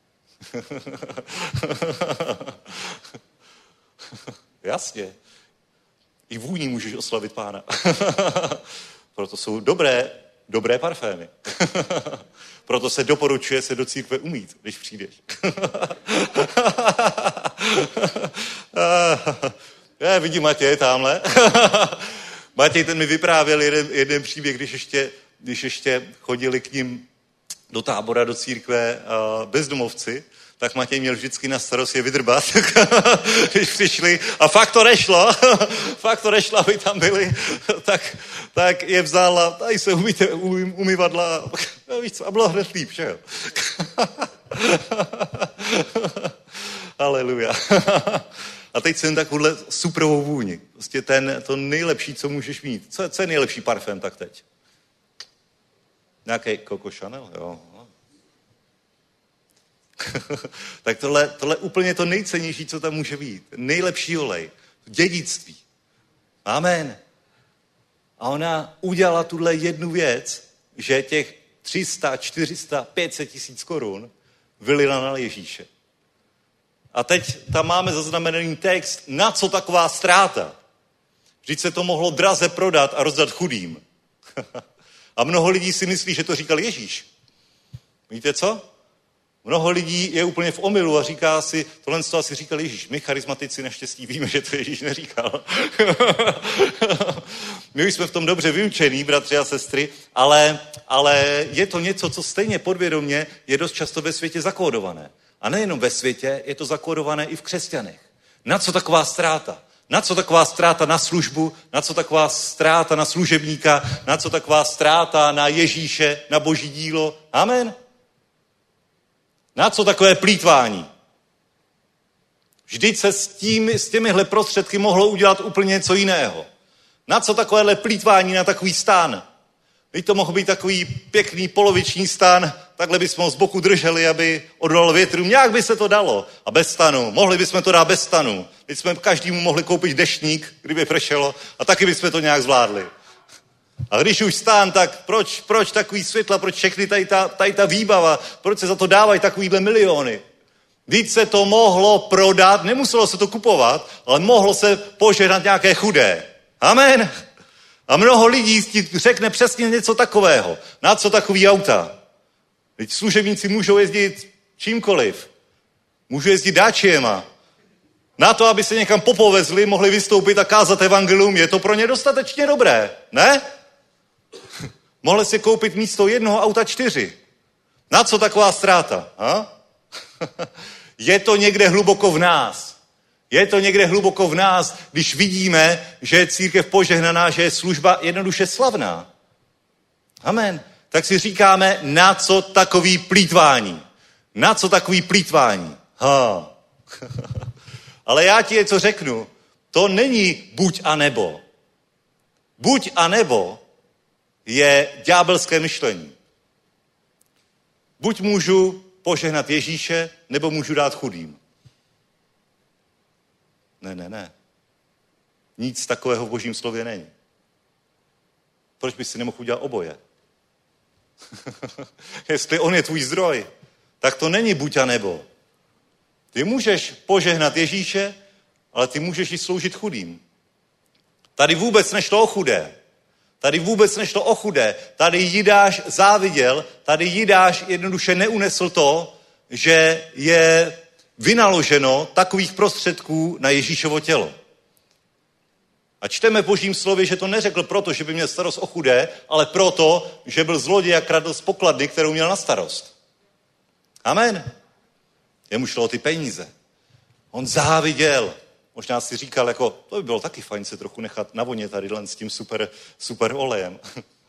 Speaker 3: Jasně. I vůní můžeš oslavit Pána. Proto jsou dobré, dobré parfémy. Proto se doporučuje se do církve umýt, když přijdeš. Já vidím Matěj tamhle. Matěj ten mi vyprávěl jeden, jeden příběh, když ještě, když ještě chodili k ním do tábora, do církve bezdomovci, tak Matěj měl vždycky na starost je vydrbat, když přišli a fakt to nešlo, fakt to nešlo, aby tam byli, tak, tak je vzal a tady se umíte um, umyvadla a, víš co, a bylo hned líp, že jo? Haleluja. A teď jsem takovouhle superovou vůni. Prostě ten, to nejlepší, co můžeš mít. Co, co je nejlepší parfém tak teď? Nějaký Coco Chanel, jo. Tak tohle, tohle úplně to nejcennější, co tam může být. Nejlepší olej. Dědictví. Amen. A ona udělala tuhle jednu věc, že těch tři sta, čtyři sta, pět set tisíc korun vylila na Ježíše. A teď tam máme zaznamenaný text, na co taková ztráta. Vždyť se to mohlo draze prodat a rozdat chudým. A mnoho lidí si myslí, že to říkal Ježíš. Víte co? Mnoho lidí je úplně v omylu a říká si, tohle to asi říkal Ježíš. My charismatici naštěstí víme, že to Ježíš neříkal. My už jsme v tom dobře vyučení, bratři a sestry, ale, ale je to něco, co stejně podvědomě je dost často ve světě zakódované. A nejenom ve světě, je to zakódované i v křesťanech. Na co taková ztráta? Na co taková ztráta na službu? Na co taková ztráta na služebníka? Na co taková ztráta na Ježíše, na Boží dílo? Amen. Na co takové plýtvání? Vždyť se s, tím, s těmihle prostředky mohlo udělat úplně něco jiného. Na co takovéhle plýtvání na takový stán? Vždyť to mohl být takový pěkný poloviční stán, takhle bychom ho z boku drželi, aby odolal větru. Nějak by se to dalo. A bez stanu. Mohli bychom to dát bez stanu. Teď jsme každému mohli koupit deštník, kdyby pršelo, a taky bychom to nějak zvládli. A když už stán, tak proč, proč takový světla, proč všechny tady ta, tady ta výbava, proč se za to dávají takovýhle miliony? Víc se to mohlo prodat, nemuselo se to kupovat, ale mohlo se požehnat nějaké chudé. Amen. A mnoho lidí ti řekne přesně něco takového. Na co takový auta? Teď služebníci můžou jezdit čímkoliv. Můžou jezdit dáčiema. Na to, aby se někam popovezli, mohli vystoupit a kázat evangelium, je to pro ně dostatečně dobré, ne? Mohli si koupit místo jednoho auta čtyři. Na co taková ztráta? Ha? Je to někde hluboko v nás. Je to někde hluboko v nás, když vidíme, že je církev požehnaná, že je služba jednoduše slavná. Amen. Tak si říkáme, na co takový plýtvání? Na co takový plýtvání? Ha. Ale já ti něco řeknu. To není buď a nebo. Buď a nebo je ďábelské myšlení. Buď můžu požehnat Ježíše, nebo můžu dát chudým. Ne, ne, ne. Nic takového v Božím slově není. Proč bys si nemohl udělat oboje? Jestli on je tvůj zdroj, tak to není buď a nebo. Ty můžeš požehnat Ježíše, ale ty můžeš i sloužit chudým. Tady vůbec nešlo o chudé. Tady vůbec nešlo o chudé. Tady Jidáš záviděl, tady Jidáš jednoduše neunesl to, že je vynaloženo takových prostředků na Ježíšovo tělo. A čteme v Božím slově, že to neřekl proto, že by měl starost o chudé, ale proto, že byl zloděj a kradl z pokladny, kterou měl na starost. Amen. Jemu šlo o ty peníze. On záviděl. Možná si říkal, jako, to by bylo taky fajn se trochu nechat navonět tady s tím super, super olejem.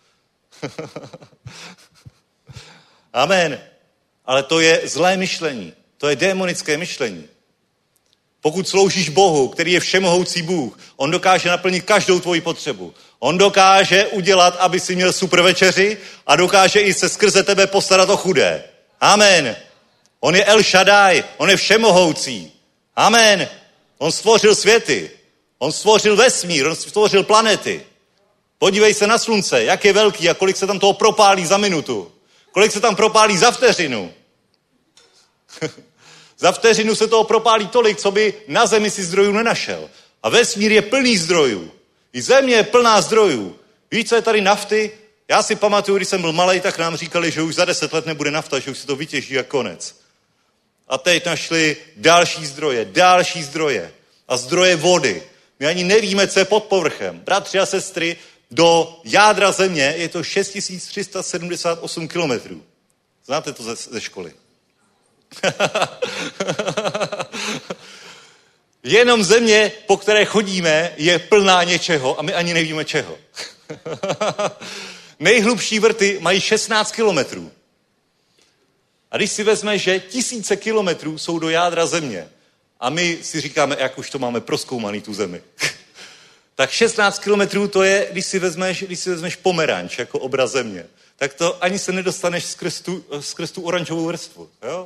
Speaker 3: Amen. Ale to je zlé myšlení. To je démonické myšlení. Pokud sloužíš Bohu, který je všemohoucí Bůh, on dokáže naplnit každou tvoji potřebu. On dokáže udělat, aby si měl super večeři a dokáže i se skrze tebe postarat o chudé. Amen. On je El Shaddai, on je všemohoucí. Amen. On stvořil světy, on stvořil vesmír, on stvořil planety. Podívej se na slunce, jak je velký a kolik se tam toho propálí za minutu. Kolik se tam propálí za vteřinu. Za vteřinu se toho propálí tolik, co by na zemi si zdrojů nenašel. A vesmír je plný zdrojů. I země je plná zdrojů. Víš, co je tady nafty? Já si pamatuju, když jsem byl malej, tak nám říkali, že už za deset let nebude nafta, že už si to vytěží a konec. A teď našli další zdroje, další zdroje. A zdroje vody. My ani nevíme, co je pod povrchem. Bratři a sestry, do jádra země je to šest tisíc tři sta sedmdesát osm kilometrů. Znáte to ze, ze školy? Jenom země, po které chodíme, je plná něčeho a my ani nevíme čeho. Nejhlubší vrty mají šestnáct kilometrů. A když si vezme, že tisíce kilometrů jsou do jádra země a my si říkáme, jak už to máme prozkoumaný tu zemi, tak šestnáct kilometrů to je, když si vezmeš, když si vezmeš pomeranč jako obraz země, tak to ani se nedostaneš skrz tu, skrz tu oranžovou vrstvu. Jo?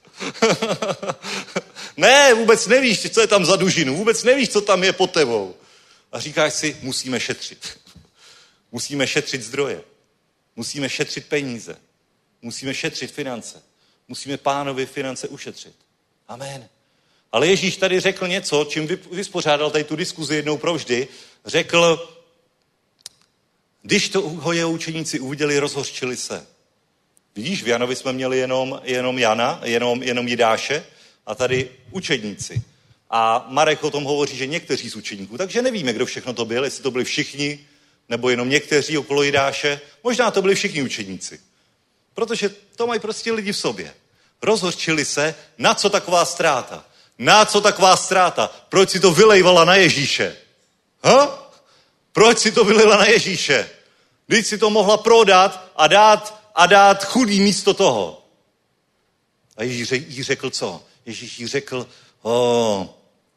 Speaker 3: Ne, vůbec nevíš, co je tam za dužinu, vůbec nevíš, co tam je pod tebou. A říkáš si, musíme šetřit. Musíme šetřit zdroje. Musíme šetřit peníze. Musíme šetřit finance. Musíme Pánovi finance ušetřit. Amen. Ale Ježíš tady řekl něco, čím vyspořádal tady tu diskuzi jednou provždy. Řekl, když to ho jeho učeníci uviděli, rozhořčili se. Vidíš, v Janovi jsme měli jenom, jenom Jana, jenom, jenom Jidáše a tady učedníci. A Marek o tom hovoří, že někteří z učeníků, takže nevíme, kdo všechno to byl, jestli to byli všichni, nebo jenom někteří okolo Jidáše. Možná to byli všichni učedníci. Protože to mají prostě lidi v sobě. Rozhořčili se, na co taková ztráta? Na co taková ztráta? Proč si to vylejvala na Ježíše? Ha? Proč si to vylejvala na Ježíše? Když si to mohla prodat a dát, a dát chudý místo toho. A Ježíš jí řekl co? Ježíš jí řekl, oh.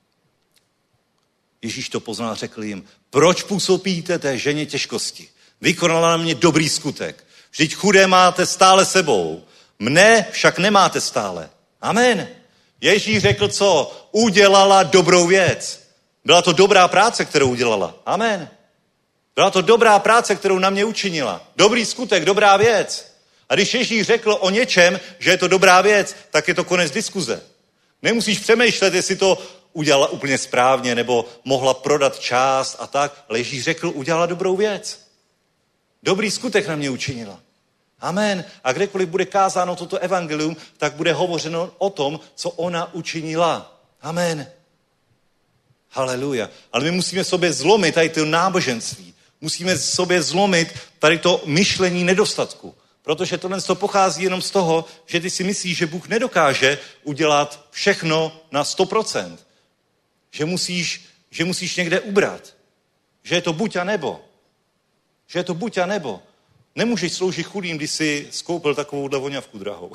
Speaker 3: Ježíš to poznal, řekl jim, proč působíte té ženě těžkosti? Vykonala na mě dobrý skutek. Vždyť chudé máte stále sebou. Mne však nemáte stále. Amen. Ježíš řekl co? Udělala dobrou věc. Byla to dobrá práce, kterou udělala. Amen. Byla to dobrá práce, kterou na mě učinila. Dobrý skutek, dobrá věc. A když Ježíš řekl o něčem, že je to dobrá věc, tak je to konec diskuze. Nemusíš přemýšlet, jestli to udělala úplně správně, nebo mohla prodat část a tak, ale Ježíš řekl, udělala dobrou věc. Dobrý skutek na mě učinila. Amen. A kdekoliv bude kázáno toto evangelium, tak bude hovořeno o tom, co ona učinila. Amen. Haleluja. Ale my musíme sobě zlomit tady to náboženství. Musíme sobě zlomit tady to myšlení nedostatku. Protože tohle to pochází jenom z toho, že ty si myslíš, že Bůh nedokáže udělat všechno na sto procent. Že musíš, že musíš někde ubrat. Že je to buď a nebo. Že je to buď a nebo. Nemůžeš sloužit chudým, když jsi skoupil takovouhle voňavku drahou.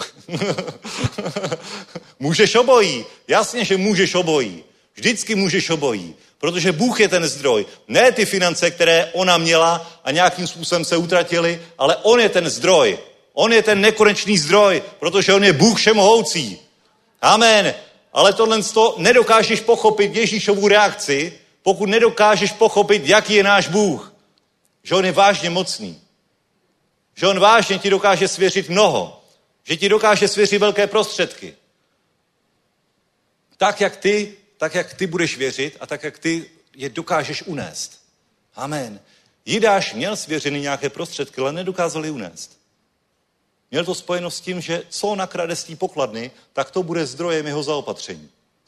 Speaker 3: Můžeš obojí. Jasně, že můžeš obojí. Vždycky můžeš obojí. Protože Bůh je ten zdroj. Ne ty finance, které ona měla a nějakým způsobem se utratily, ale on je ten zdroj. On je ten nekonečný zdroj, protože on je Bůh všemohoucí. Amen. Ale tohle to nedokážeš pochopit Ježíšovu reakci, pokud nedokážeš pochopit, jaký je náš Bůh. Že on je vážně mocný. Že on vážně ti dokáže svěřit mnoho. Že ti dokáže svěřit velké prostředky. Tak, jak ty, tak, jak ty budeš věřit a tak, jak ty je dokážeš unést. Amen. Jidáš měl svěřený nějaké prostředky, ale nedokázal je unést. Měl to spojeno s tím, že co nakrade z té pokladny, tak to bude zdrojem jeho zaopatření.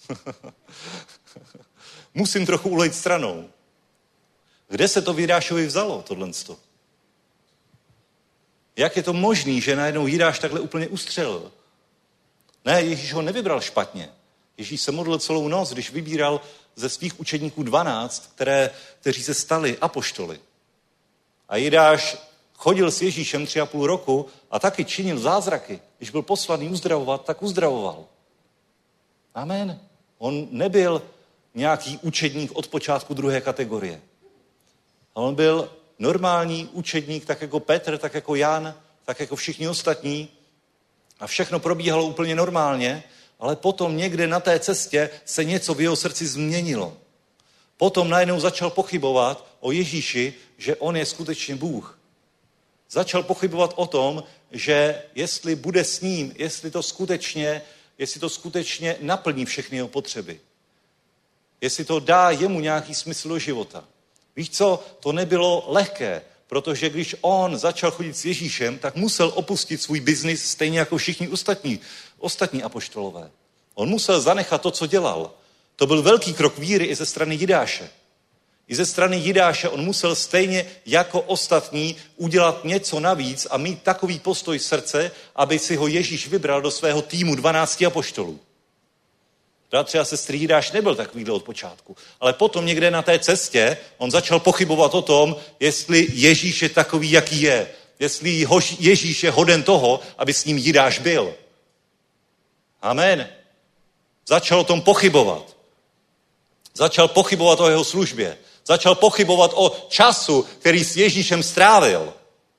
Speaker 3: Musím trochu ulejt stranou. Kde se to v Jidášovi vzalo, tohleto? Jak je to možný, že najednou Jidáš takhle úplně ustřelil? Ne, Ježíš ho nevybral špatně. Ježíš se modlil celou noc, když vybíral ze svých učedníků dvanáct, které, kteří se stali apoštoly. A Jidáš chodil s Ježíšem tři a půl roku a taky činil zázraky. Když byl poslaný uzdravovat, tak uzdravoval. Amen. On nebyl nějaký učedník od počátku druhé kategorie. A on byl normální učedník, tak jako Petr, tak jako Jan, tak jako všichni ostatní. A všechno probíhalo úplně normálně, ale potom někde na té cestě se něco v jeho srdci změnilo. Potom najednou začal pochybovat o Ježíši, že on je skutečně Bůh. Začal pochybovat o tom, že jestli bude s ním, jestli to skutečně, jestli to skutečně naplní všechny jeho potřeby. Jestli to dá jemu nějaký smysl do života. Víš co, to nebylo lehké, protože když on začal chodit s Ježíšem, tak musel opustit svůj biznis stejně jako všichni ostatní, ostatní apoštolové. On musel zanechat to, co dělal. To byl velký krok víry i ze strany Jidáše. I ze strany Jidáše on musel stejně jako ostatní udělat něco navíc a mít takový postoj srdce, aby si ho Ježíš vybral do svého týmu dvanácti apoštolů. Bratři a sestry, Jidáš nebyl takovýhle od počátku. Ale potom někde na té cestě on začal pochybovat o tom, jestli Ježíš je takový, jaký je. Jestli Ježíš je hoden toho, aby s ním Jidáš byl. Amen. Začal o tom pochybovat. Začal pochybovat o jeho službě. Začal pochybovat o času, který s Ježíšem strávil.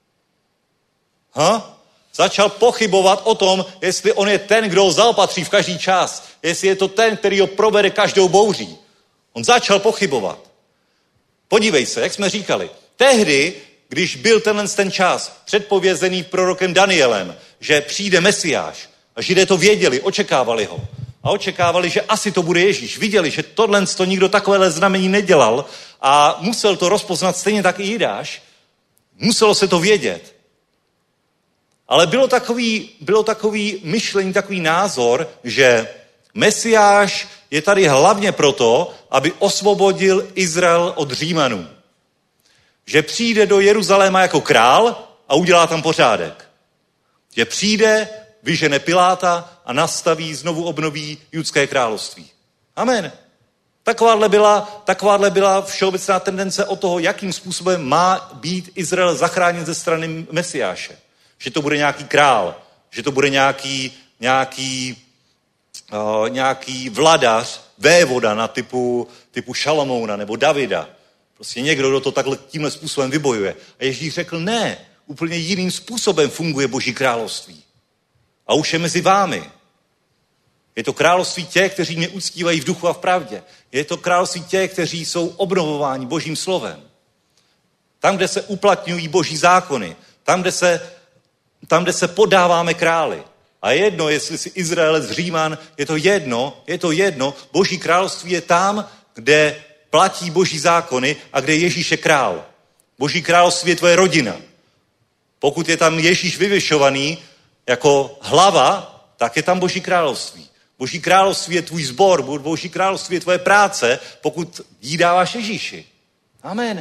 Speaker 3: Ha? Začal pochybovat o tom, jestli on je ten, kdo ho zaopatří v každý čas. Jestli je to ten, který ho provede každou bouří. On začal pochybovat. Podívej se, jak jsme říkali. Tehdy, když byl tenhle ten čas předpovězený prorokem Danielem, že přijde Mesiáš, a Židé to věděli, očekávali ho. A očekávali, že asi to bude Ježíš. Viděli, že tohle to nikdo takovéhle znamení nedělal a musel to rozpoznat stejně tak i Jidáš. Muselo se to vědět. Ale bylo takový, bylo takový myšlení, takový názor, že Mesiáš je tady hlavně proto, aby osvobodil Izrael od Římanů. Že přijde do Jeruzaléma jako král a udělá tam pořádek. Že přijde, vyžene Piláta a nastaví, znovu obnoví judské království. Amen. Takováhle byla, takováhle byla všeobecná tendence o toho, jakým způsobem má být Izrael zachráněn ze strany Mesiáše. Že to bude nějaký král, že to bude nějaký, nějaký, uh, nějaký vladař, vévoda na typu, typu Šalamouna nebo Davida. Prostě někdo, kdo to takhle tímhle způsobem vybojuje. A Ježíš řekl, ne, úplně jiným způsobem funguje Boží království. A už je mezi vámi. Je to království těch, kteří mě uctívají v duchu a v pravdě. Je to království těch, kteří jsou obnovováni Božím slovem. Tam, kde se uplatňují boží zákony. Tam, kde se, tam, kde se podáváme králi. A je jedno, jestli jsi Izraelec, Říman, je to jedno, je to jedno. Boží království je tam, kde platí boží zákony a kde Ježíš je král. Boží království je tvoje rodina. Pokud je tam Ježíš vyvyšovaný jako hlava, tak je tam Boží království. Boží království je tvůj sbor, Boží království je tvoje práce, pokud jí dáváš Ježíši. Amen.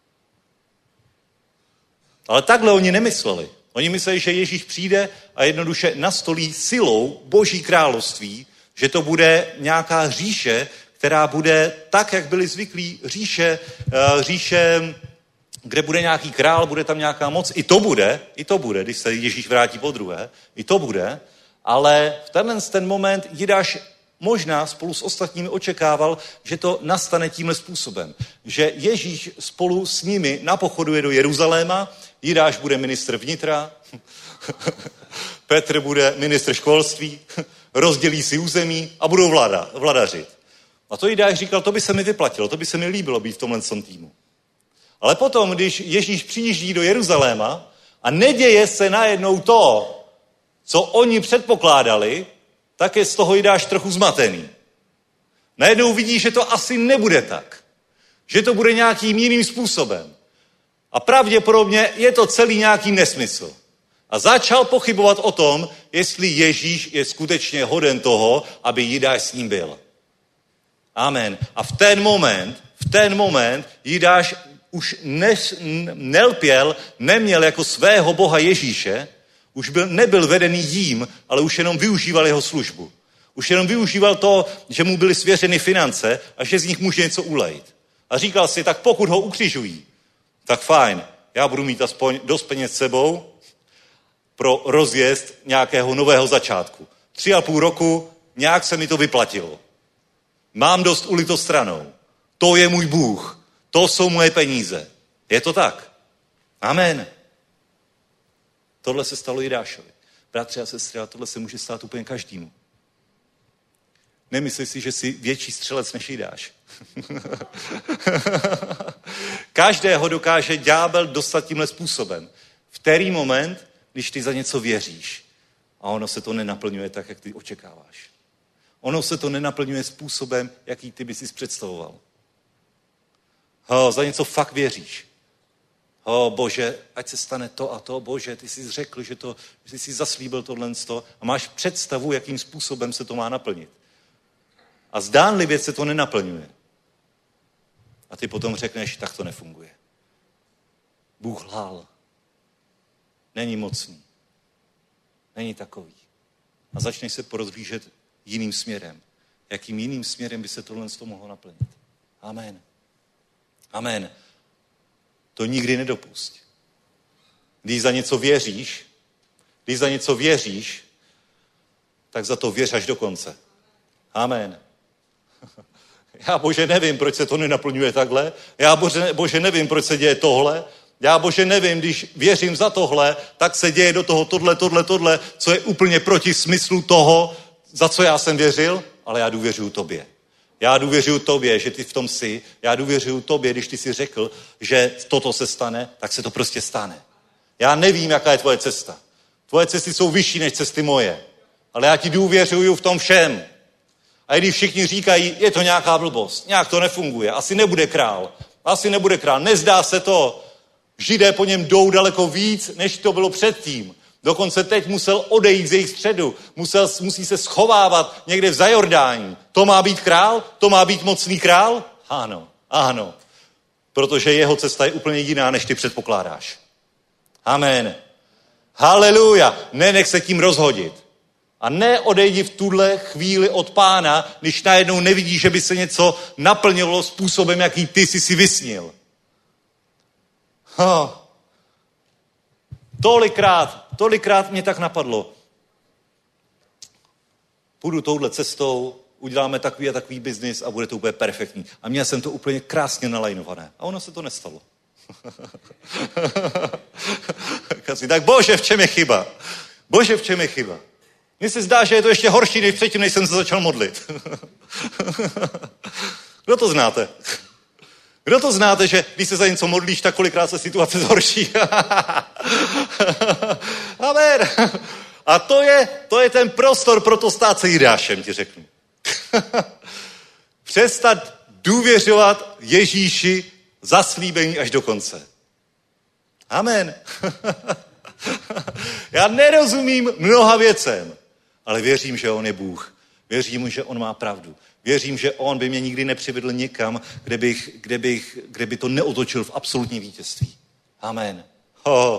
Speaker 3: Ale takhle oni nemysleli. Oni mysleli, že Ježíš přijde a jednoduše nastolí silou Boží království, že to bude nějaká říše, která bude tak, jak byli zvyklí, říše, říše, kde bude nějaký král, bude tam nějaká moc. I to bude, i to bude, když se Ježíš vrátí po druhé, i to bude, ale v tenhle ten moment Jidáš možná spolu s ostatními očekával, že to nastane tímhle způsobem. Že Ježíš spolu s nimi napochoduje do Jeruzaléma, Jidáš bude ministr vnitra, Petr bude ministr školství, rozdělí si území a budou vláda, vladařit. A to Jidáš říkal, to by se mi vyplatilo, to by se mi líbilo být v tomhle týmu. Ale potom, když Ježíš přijíždí do Jeruzaléma a neděje se najednou to, co oni předpokládali, tak je z toho Jidáš trochu zmatený. Najednou vidí, že to asi nebude tak. Že to bude nějakým jiným způsobem. A pravděpodobně je to celý nějaký nesmysl. A začal pochybovat o tom, jestli Ježíš je skutečně hoden toho, aby Jidáš s ním byl. Amen. A v ten moment, v ten moment Jidáš už ne, nelpěl, neměl jako svého Boha Ježíše, už byl, nebyl vedený jím, ale už jenom využíval jeho službu. Už jenom využíval to, že mu byly svěřeny finance a že z nich může něco ulejt. A říkal si, tak pokud ho ukřižují, tak fajn, já budu mít aspoň dost peněz s sebou pro rozjezd nějakého nového začátku. Tři a půl roku nějak se mi to vyplatilo. Mám dost ulito stranou. To je můj Bůh. To jsou moje peníze. Je to tak? Amen. Tohle se stalo Jidášovi. Bratři a sestry, a tohle se může stát úplně každému. Nemyslí si, že jsi větší střelec než Jidáš. Každého dokáže ďábel dostat tímhle způsobem. V který moment, když ty za něco věříš a ono se to nenaplňuje tak, jak ty očekáváš. Ono se to nenaplňuje způsobem, jaký ty bys si představoval. Ho, za něco fakt věříš. O Bože, ať se stane to a to, Bože, ty jsi řekl, že, to, že jsi zaslíbil tohle a máš představu, jakým způsobem se to má naplnit. A zdánlivě se to nenaplňuje. A ty potom řekneš, tak to nefunguje. Bůh lhal. Není mocný. Není takový. A začneš se porozhlížet jiným směrem. Jakým jiným směrem by se tohle mohlo naplnit. Amen. Amen. To nikdy nedopusť. Když za něco věříš, když za něco věříš, tak za to věř až do konce. Amen. Já, Bože, nevím, proč se to nenaplňuje takhle. Já, Bože, Bože, nevím, proč se děje tohle. Já, Bože, nevím, když věřím za tohle, tak se děje do toho tohle, tohle, tohle, co je úplně proti smyslu toho, za co já jsem věřil, ale já důvěřuju tobě. Já důvěřuju tobě, že ty v tom jsi. Já důvěřuju tobě, když ty jsi řekl, že toto se stane, tak se to prostě stane. Já nevím, jaká je tvoje cesta. Tvoje cesty jsou vyšší než cesty moje. Ale já ti důvěřuju v tom všem. A i když všichni říkají, je to nějaká blbost, nějak to nefunguje, asi nebude král, asi nebude král, nezdá se to. Židé po něm jdou daleko víc, než to bylo předtím. Dokonce teď musel odejít z jejich středu, musel, musí se schovávat někde v Zajordání. To má být král? To má být mocný král? Ano, ano. Protože jeho cesta je úplně jiná, než ty předpokládáš. Amen. Haleluja. Nenech se tím rozhodit. A neodejdi v tuhle chvíli od Pána, když najednou nevidíš, že by se něco naplňovalo způsobem, jaký ty jsi si vysnil. Oh. Tolikrát, tolikrát mě tak napadlo. Půjdu touhle cestou, uděláme takový a takový biznis a bude to úplně perfektní. A měl jsem to úplně krásně nalajnované. A ono se to nestalo. Tak Bože, v čem je chyba? Bože, v čem je chyba? Mně se zdá, že je to ještě horší, než předtím, než jsem se začal modlit. Kdo to znáte? Kdo to znáte, že když se za něco modlíš, tak kolikrát se situace zhorší? Amen. A to je, to je ten prostor pro to stát se Jidášem, ti řeknu. Přestat důvěřovat Ježíši zaslíbení až do konce. Amen. Já nerozumím mnoha věcem, ale věřím, že on je Bůh. Věřím, že on má pravdu. Věřím, že on by mě nikdy nepřivedl někam, kde, bych, kde, bych, kde by to neotočil v absolutní vítězství. Amen. Oh.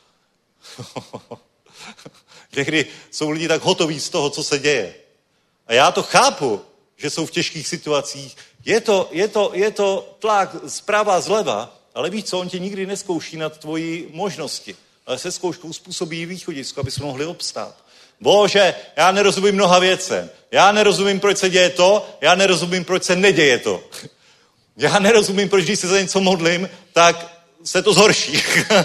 Speaker 3: Někdy jsou lidi tak hotoví z toho, co se děje. A já to chápu, že jsou v těžkých situacích. Je to, je to, je to tlak zprava, zleva, ale víš co, on tě nikdy nezkouší nad tvoji možnosti. Ale se zkouškou způsobí východisko, aby jsme mohli obstát. Bože, já nerozumím mnoha věcem. Já nerozumím, proč se děje to, já nerozumím, proč se neděje to. Já nerozumím, proč když se za něco modlím, tak se to zhorší.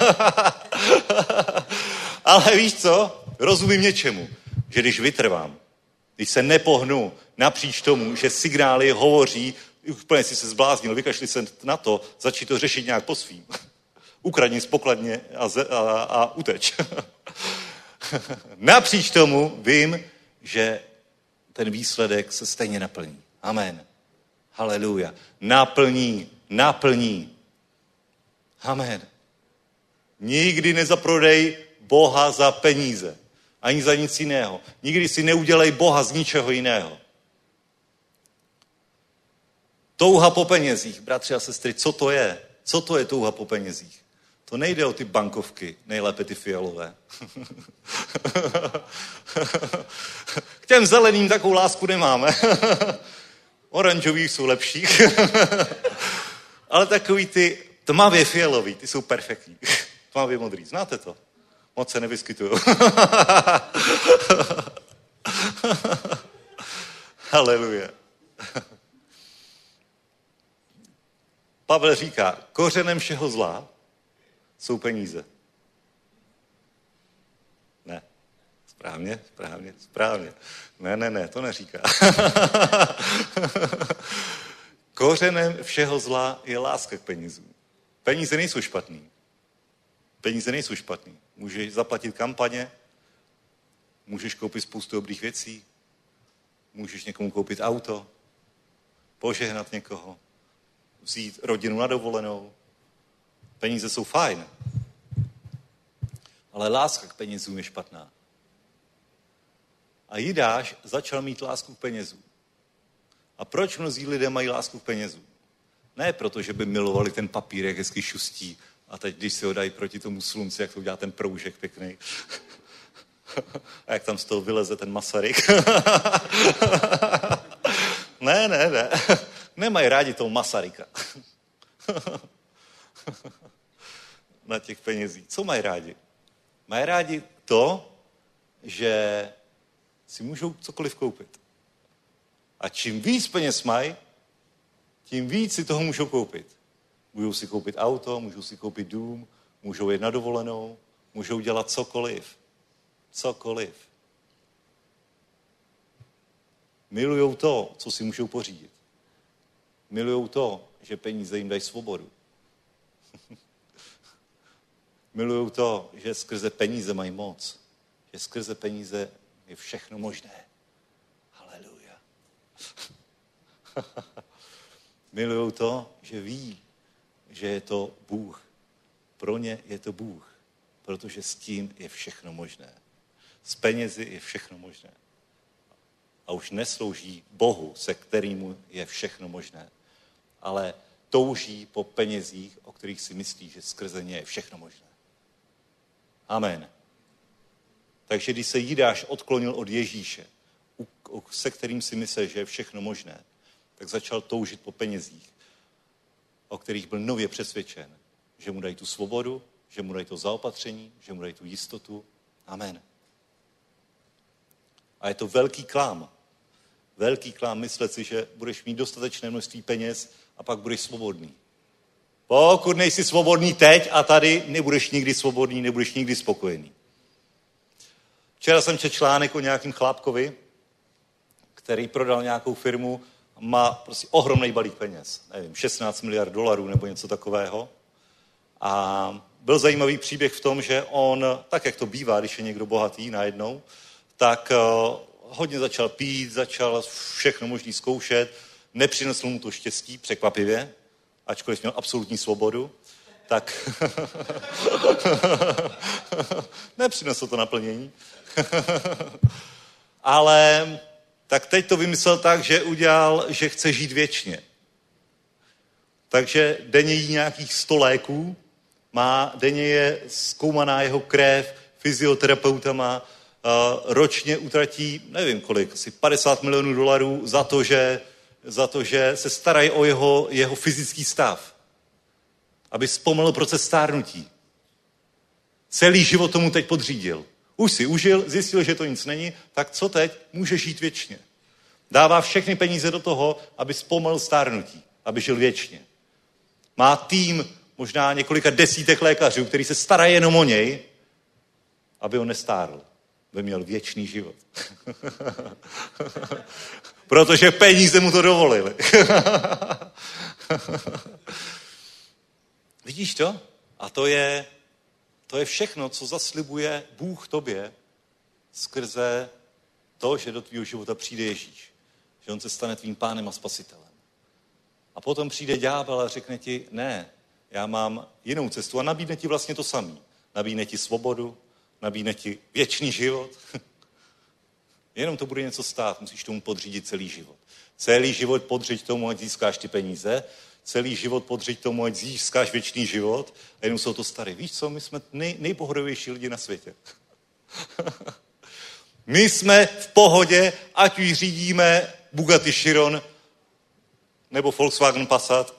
Speaker 3: Ale víš co? Rozumím něčemu, že když vytrvám, když se nepohnu napříč tomu, že signály hovoří, úplně si se zbláznil, vykašli se na to, začít to řešit nějak po svým. Ukradni z pokladně a, ze, a, a uteč. Napříč tomu vím, že ten výsledek se stejně naplní. Amen. Haleluja. Naplní, naplní. Amen. Nikdy nezaprodej Boha za peníze. Ani za nic jiného. Nikdy si neudělej Boha z ničeho jiného. Touha po penězích, bratři a sestry, co to je? Co to je touha po penězích? To nejde o ty bankovky, nejlépe ty fialové. K těm zeleným takovou lásku nemáme. Oranžový jsou lepší. Ale takový ty tmavě fialový, ty jsou perfektní. Tmavě modrý, znáte to? Moc se nevyskytují. Haleluja. Pavel říká, kořenem všeho zla jsou peníze. Ne. Správně, správně, správně. Ne, ne, ne, to neříká. Kořenem všeho zla je láska k penězům. Peníze nejsou špatný. Peníze nejsou špatný. Můžeš zaplatit kampaně, můžeš koupit spoustu dobrých věcí, můžeš někomu koupit auto, požehnat někoho, vzít rodinu na dovolenou. Peníze jsou fajn. Ale láska k penězům je špatná. A Jidáš začal mít lásku k penězům. A proč mnozí lidé mají lásku k penězům? Ne proto, že by milovali ten papírek, hezky šustí, a teď, když si ho dají proti tomu slunci, jak to udělá ten proužek pěkný. A jak tam z toho vyleze ten Masaryk. Ne, ne, ne. Nemají rádi toho Masaryka. Na těch penězích. Co mají rádi? Mají rádi to, že si můžou cokoliv koupit. A čím víc peněz mají, tím víc si toho můžou koupit. Můžou si koupit auto, můžou si koupit dům, můžou jít na dovolenou, můžou dělat cokoliv. Cokoliv. Milujou to, co si můžou pořídit. Milujou to, že peníze jim dají svobodu. Milujou to, že skrze peníze mají moc. Že skrze peníze je všechno možné. Haleluja. Milujou to, že ví, že je to Bůh. Pro ně je to Bůh, protože s tím je všechno možné. S penězi je všechno možné. A už neslouží Bohu, se kterým je všechno možné, ale touží po penězích, o kterých si myslí, že skrze ně je všechno možné. Amen. Takže když se Jidáš odklonil od Ježíše, se kterým si myslel, že je všechno možné, tak začal toužit po penězích, o kterých byl nově přesvědčen, že mu dají tu svobodu, že mu dají to zaopatření, že mu dají tu jistotu. Amen. A je to velký klám. Velký klám myslet si, že budeš mít dostatečné množství peněz a pak budeš svobodný. Pokud nejsi svobodný teď a tady, nebudeš nikdy svobodný, nebudeš nikdy spokojený. Včera jsem četl článek o nějakým chlápkovi, který prodal nějakou firmu a má prostě ohromný balík peněz, nevím, šestnáct miliard dolarů nebo něco takového. A byl zajímavý příběh v tom, že on, tak jak to bývá, když je někdo bohatý najednou, tak uh, hodně začal pít, začal všechno možný zkoušet, nepřinesl mu to štěstí, překvapivě, ačkoliv měl absolutní svobodu, tak nepřinesl to naplnění. Ale tak teď to vymyslel tak, že udělal, že chce žít věčně. Takže denně jí nějakých sto léků, má, denně je zkoumaná jeho krev fyzioterapeutama, uh, ročně utratí, nevím kolik, asi padesát milionů dolarů za to, že, za to, že se starají o jeho, jeho fyzický stav. Aby zpomalil proces stárnutí. Celý život tomu teď podřídil. Už si užil, zjistil, že to nic není, tak co teď? Může žít věčně. Dává všechny peníze do toho, aby zpomalil stárnutí, aby žil věčně. Má tým možná několika desítek lékařů, který se starají jenom o něj, aby on nestárl, aby měl věčný život. Protože peníze mu to dovolily. Vidíš to? A to je, to je všechno, co zaslibuje Bůh tobě skrze to, že do tvýho života přijde Ježíš. Že on se stane tvým pánem a spasitelem. A potom přijde ďábel a řekne ti, ne, já mám jinou cestu a nabídne ti vlastně to samé. Nabídne ti svobodu, nabídne ti věčný život. Jenom to bude něco stát, musíš tomu podřídit celý život. Celý život podříď tomu, ať získáš ty peníze, celý život podříď tomu, ať získáš věčný život a jenom jsou to staré. Víš co, my jsme nej, nejpohodovější lidi na světě. My jsme v pohodě, ať už řídíme Bugatti Chiron nebo Volkswagen Passat.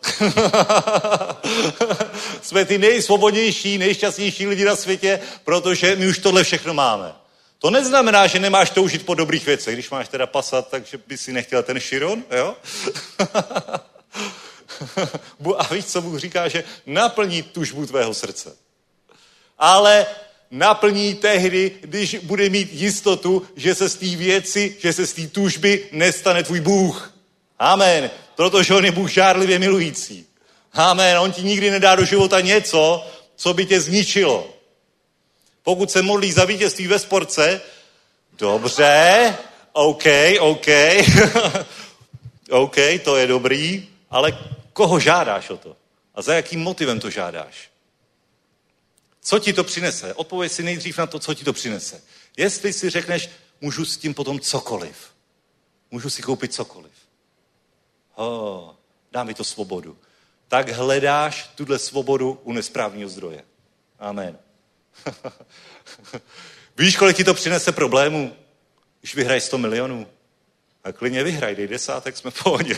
Speaker 3: Jsme ty nejsvobodnější, nejšťastnější lidi na světě, protože my už tohle všechno máme. To neznamená, že nemáš toužit po dobrých věcech. Když máš teda Passat, takže by si nechtěl ten Chiron, jo? A víš, co Bůh říká, že naplní tužbu tvého srdce. Ale naplní tehdy, když bude mít jistotu, že se z té věci, že se z té tužby nestane tvůj Bůh. Amen. Protože on je Bůh žárlivě milující. Amen. On ti nikdy nedá do života něco, co by tě zničilo. Pokud se modlíš za vítězství ve sportce, dobře, OK, OK, OK, to je dobrý, ale koho žádáš o to? A za jakým motivem to žádáš? Co ti to přinese? Odpověď si nejdřív na to, co ti to přinese. Jestli si řekneš, můžu s tím potom cokoliv. Můžu si koupit cokoliv. Oh, dá mi to svobodu. Tak hledáš tuhle svobodu u nesprávného zdroje. Amen. Víš, kolik ti to přinese problémů, když vyhraješ sto milionů? A klidně vyhraj, dej desátek, jsme v pohodě.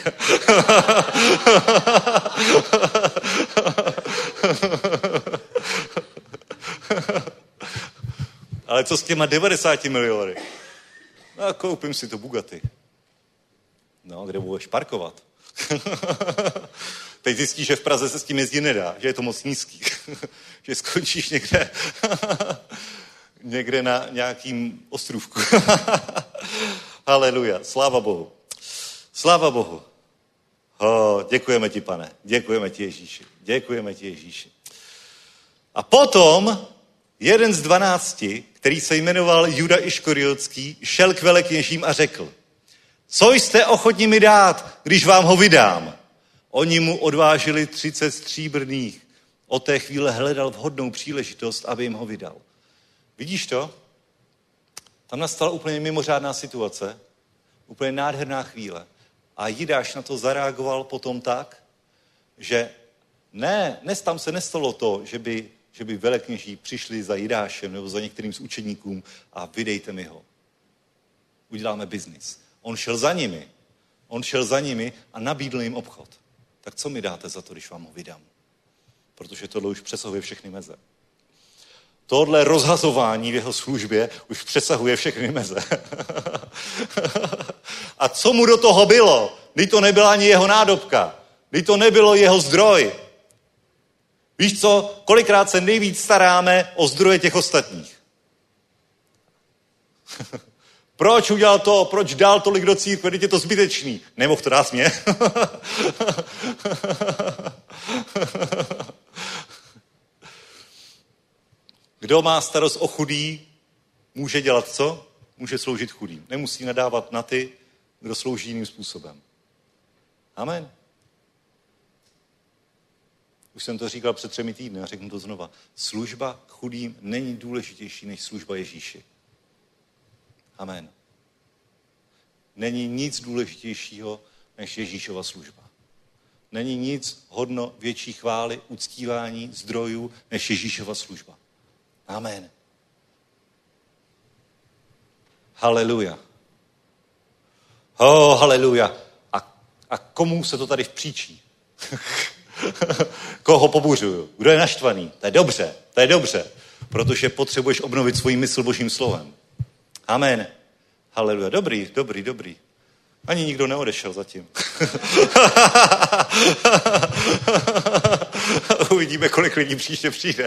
Speaker 3: Ale co s těma devadesáti miliony? No, koupím si to Bugatti. No, kde budeš parkovat? Teď zjistíš, že v Praze se s tím jezdit nedá, že je to moc nízký. Že skončíš někde, někde na nějakým ostrůvku. Haleluja, sláva Bohu. Sláva Bohu. Oh, děkujeme ti, Pane. Děkujeme ti, Ježíši. Děkujeme ti, Ježíši. A potom jeden z dvanácti, který se jmenoval Juda Iškoriotský, šel k velekněžím a řekl, co jste ochotni mi dát, když vám ho vydám? Oni mu odvážili třicet stříbrných. Od té chvíle hledal vhodnou příležitost, aby jim ho vydal. Vidíš to? Tam nastala úplně mimořádná situace, úplně nádherná chvíle. A Jidáš na to zareagoval potom tak, že ne, ne tam se nestalo to, že by, že by velekněží přišli za Jidášem nebo za některým z učeníkům a vydejte mi ho. Uděláme biznis. On šel za nimi. On šel za nimi a nabídl jim obchod. Tak co mi dáte za to, když vám ho vydám? Protože tohle už přesahuje všechny meze. Tohle rozhazování v jeho službě už přesahuje všechny meze. A co mu do toho bylo? Vždyť to nebyla ani jeho nádobka. Vždyť to nebylo jeho zdroj. Víš co? Kolikrát se nejvíc staráme o zdroje těch ostatních? Proč udělal to? Proč dal tolik do církve? Teď je to zbytečný. Nemohl to dát mě. Kdo má starost o chudý, může dělat co? Může sloužit chudým. Nemusí nadávat na ty, kdo slouží jiným způsobem. Amen. Už jsem to říkal před třemi týdny a řeknu to znova. Služba k chudým není důležitější než služba Ježíši. Amen. Není nic důležitějšího než Ježíšova služba. Není nic hodno větší chvály, uctívání, zdrojů než Ježíšova služba. Amen. Haleluja. Oh, haleluja. A, a komu se to tady vpříčí? Koho pobuřuju? Kdo je naštvaný? To je dobře, to je dobře, protože potřebuješ obnovit svůj mysl Božím slovem. Amen. Haleluja. Dobrý, dobrý, dobrý. Ani nikdo neodešel zatím. Uvidíme, kolik lidí příště přijde.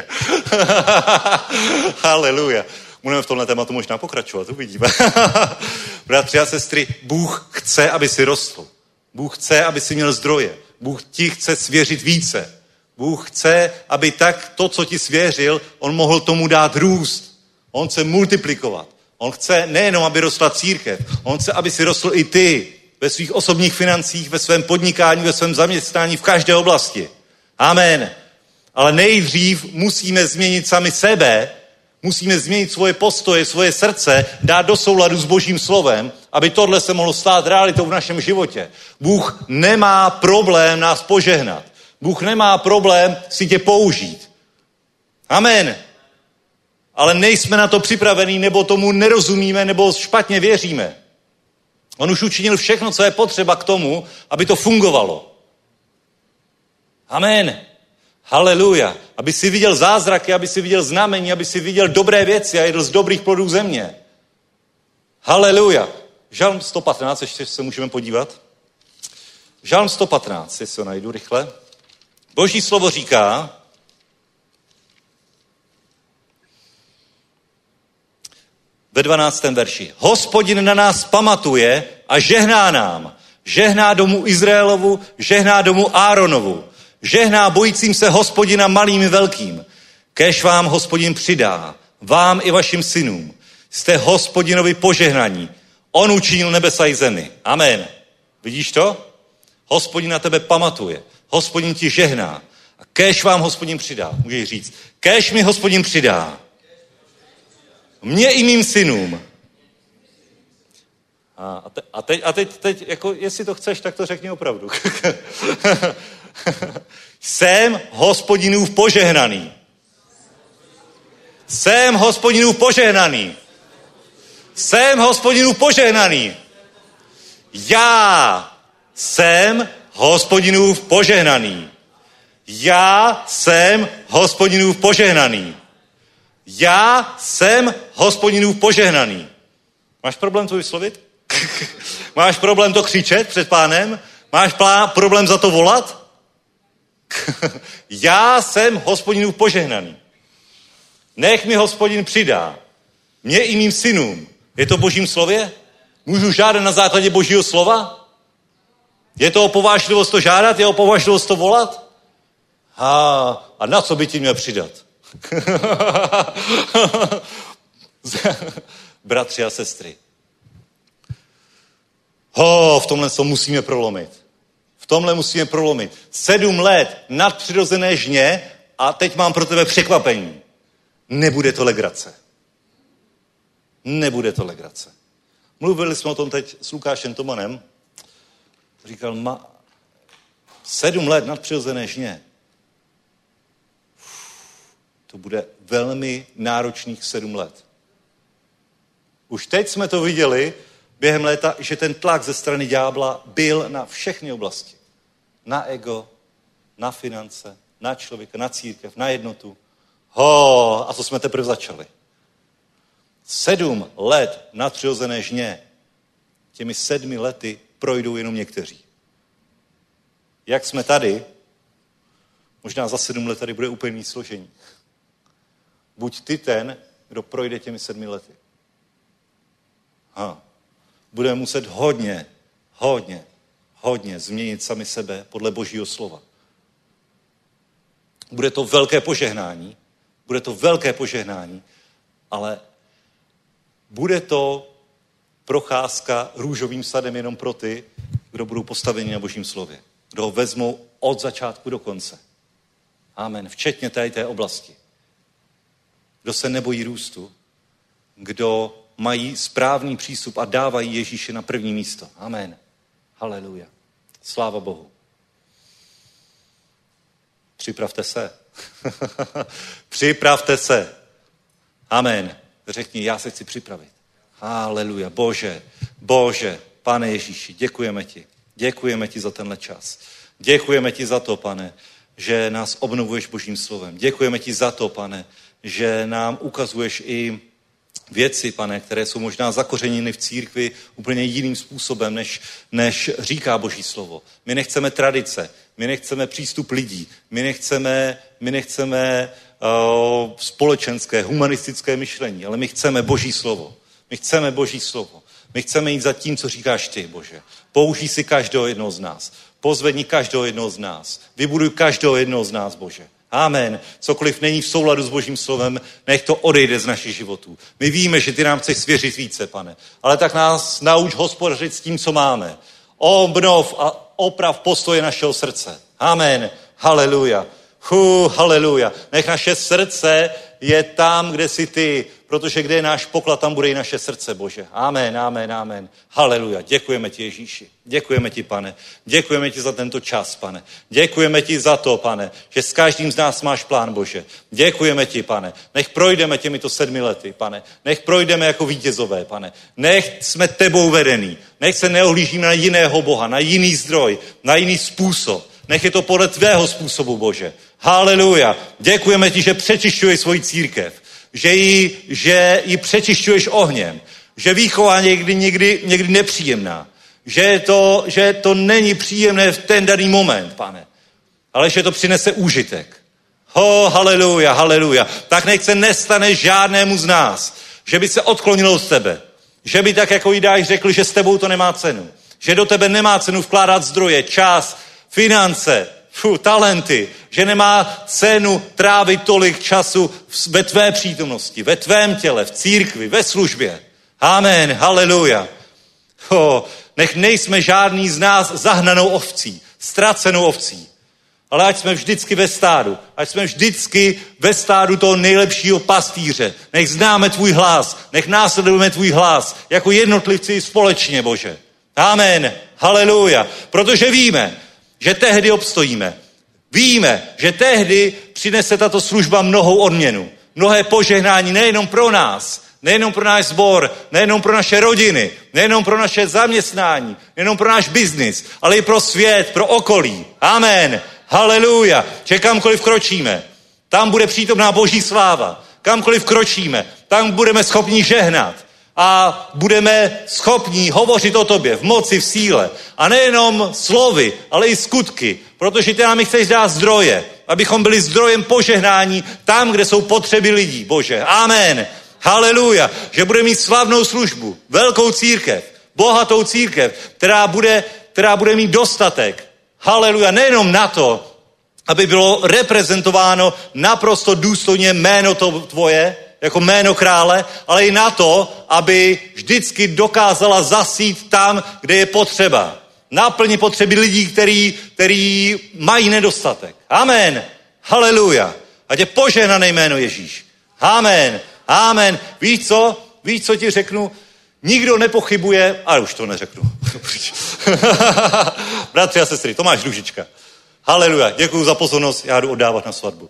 Speaker 3: Haleluja. Budeme v tomhle tématu možná pokračovat, uvidíme. Bratři a sestry, Bůh chce, aby si rostl. Bůh chce, aby si měl zdroje. Bůh ti chce svěřit více. Bůh chce, aby tak to, co ti svěřil, on mohl tomu dát růst. On chce multiplikovat. On chce nejenom, aby rostla církev, on chce, aby si rostl i ty ve svých osobních financích, ve svém podnikání, ve svém zaměstnání, v každé oblasti. Amen. Ale nejdřív musíme změnit sami sebe, musíme změnit svoje postoje, svoje srdce, dát do souladu s Božím slovem, aby tohle se mohlo stát realitou v našem životě. Bůh nemá problém nás požehnat. Bůh nemá problém si tě použít. Amen. Ale nejsme na to připravení, nebo tomu nerozumíme, nebo špatně věříme. On už učinil všechno, co je potřeba k tomu, aby to fungovalo. Amen. Haleluja. Aby si viděl zázraky, aby si viděl znamení, aby si viděl dobré věci a jedl z dobrých plodů země. Haleluja. Žalm sto patnáct, ještě se můžeme podívat. Žalm sto patnáct, jestli ho najdu rychle. Boží slovo říká, ve dvanáctém verši. Hospodin na nás pamatuje a žehná nám. Žehná domu Izraelovu, žehná domu Áronovu. Žehná bojícím se Hospodina malým i velkým. Kéž vám Hospodin přidá, vám i vašim synům. Jste Hospodinovi požehnaní. On učinil nebesa i zemi. Amen. Vidíš to? Hospodin na tebe pamatuje. Hospodin ti žehná. A kéž vám Hospodin přidá. Můžeš říct, kéž mi Hospodin přidá. Mně i mým synům. A, te, a, teď, a teď, teď, jako, jestli to chceš, tak to řekni opravdu. Jsem Hospodinův požehnaný. Jsem Hospodinův požehnaný. Jsem Hospodinův požehnaný. Já jsem Hospodinův požehnaný. Já jsem Hospodinův požehnaný. Já jsem Hospodinův požehnaný. Máš problém to vyslovit? Máš problém to křičet před Pánem? Máš plá- problém za to volat? Já jsem Hospodinův požehnaný. Nech mi Hospodin přidá. Mně i mým synům. Je to v Božím slově? Můžu žádat na základě Božího slova? Je to o povážlivost to žádat? Je o povážlivost to volat? A, a na co by ti měl přidat? Bratři a sestry. Ho, v tomhle to musíme prolomit. V tomhle musíme prolomit. Sedm let nadpřirozené žně a teď mám pro tebe překvapení. Nebude to legrace. Nebude to legrace. Mluvili jsme o tom teď s Lukášem Tomanem. Říkal, ma, sedm let nadpřirozené žně. To bude velmi náročných sedm let. Už teď jsme to viděli během léta, že ten tlak ze strany ďábla byl na všechny oblasti. Na ego, na finance, na člověka, na církev, na jednotu. Ho, a to jsme teprve začali. Sedm let nadpřirozené žně. Těmi sedmi lety projdou jenom někteří. Jak jsme tady, možná za sedm let tady bude úplně jiný složení. Buď ty ten, kdo projde těmi sedmi lety. Ha. Budeme muset hodně, hodně, hodně změnit sami sebe podle Božího slova. Bude to velké požehnání, bude to velké požehnání, ale bude to procházka růžovým sadem jenom pro ty, kdo budou postaveni na Božím slově. Kdo ho vezmou od začátku do konce. Amen. Včetně tady té oblasti. Kdo se nebojí růstu, kdo mají správný přístup a dávají Ježíše na první místo. Amen. Haleluja. Sláva Bohu. Připravte se. Připravte se. Amen. Řekni, já se chci připravit. Haleluja. Bože, Bože, Pane Ježíši, děkujeme ti. Děkujeme ti za tenhle čas. Děkujeme ti za to, Pane, že nás obnovuješ Božím slovem. Děkujeme ti za to, Pane, že nám ukazuješ i věci, Pane, které jsou možná zakořeněny v církvi úplně jiným způsobem, než, než říká Boží slovo. My nechceme tradice, my nechceme přístup lidí, my nechceme, my nechceme uh, společenské, humanistické myšlení, ale my chceme Boží slovo. My chceme Boží slovo. My chceme jít za tím, co říkáš ty, Bože. Použij si každého jednoho z nás. Pozvedni každého jednoho z nás. Vybuduj každého jednoho z nás, Bože. Amen. Cokoliv není v souladu s Božím slovem, nech to odejde z našich životů. My víme, že ty nám chceš svěřit více, Pane. Ale tak nás nauč hospodařit s tím, co máme. Obnov a oprav postoje našeho srdce. Amen. Haleluja. Hu, haleluja. Nech naše srdce je tam, kde jsi ty, protože kde je náš poklad, tam bude i naše srdce, Bože. Amen, amen, amen. Haleluja. Děkujeme ti, Ježíši. Děkujeme ti, Pane. Děkujeme ti za tento čas, Pane. Děkujeme ti za to, Pane, že s každým z nás máš plán, Bože. Děkujeme ti, Pane. Nech projdeme těmito sedmi lety, Pane. Nech projdeme jako vítězové, Pane. Nech jsme tebou vedený. Nech se neohlížíme na jiného Boha, na jiný zdroj, na jiný způsob. Nech je to podle tvého způsobu, Bože. Haleluja. Děkujeme ti, že přečišťuješ svoji církev. Že ji, že ji přečišťuješ ohněm. Že výchova někdy, někdy, někdy nepříjemná. Že to, že to není příjemné v ten daný moment, Pane. Ale že to přinese úžitek. Ho, haleluja, haleluja. Tak nech se nestane žádnému z nás, že by se odklonilo od tebe. Že by tak, jako Jidáš řekl, že s tebou to nemá cenu. Že do tebe nemá cenu vkládat zdroje, čas, finance, fu, talenty, že nemá cenu trávit tolik času ve tvé přítomnosti, ve tvém těle, v církvi, ve službě. Amen, haleluja. Oh, nech nejsme žádný z nás zahnanou ovcí, ztracenou ovcí, ale ať jsme vždycky ve stádu, ať jsme vždycky ve stádu toho nejlepšího pastýře. Nech známe tvůj hlas, nech následujeme tvůj hlas, jako jednotlivci společně, Bože. Amen, haleluja, protože víme, že tehdy obstojíme. Víme, že tehdy přinese tato služba mnohou odměnu. Mnohé požehnání nejenom pro nás, nejenom pro náš sbor, nejenom pro naše rodiny, nejenom pro naše zaměstnání, nejenom pro náš biznis, ale i pro svět, pro okolí. Amen. Haleluja. Že kamkoliv kročíme, tam bude přítomná Boží sláva. Kamkoliv kročíme, tam budeme schopni žehnat. A budeme schopní hovořit o tobě v moci, v síle. A nejenom slovy, ale i skutky. Protože ty nám chceš dát zdroje, abychom byli zdrojem požehnání tam, kde jsou potřeby lidí. Bože, amen. Haleluja. Že bude mít slavnou službu, velkou církev, bohatou církev, která bude, která bude mít dostatek. Haleluja. Nejenom na to, aby bylo reprezentováno naprosto důstojně jméno to tvoje, jako jméno krále, ale i na to, aby vždycky dokázala zasít tam, kde je potřeba. Naplnit potřeby lidí, který, který mají nedostatek. Amen. Haleluja. Ať je požehnané jméno Ježíš. Amen. Amen. Víš co? Víš, co ti řeknu? Nikdo nepochybuje, ale už to neřeknu. Bratři a sestry, Tomáš Růžička. Haleluja. Děkuju za pozornost, já jdu oddávat na svatbu.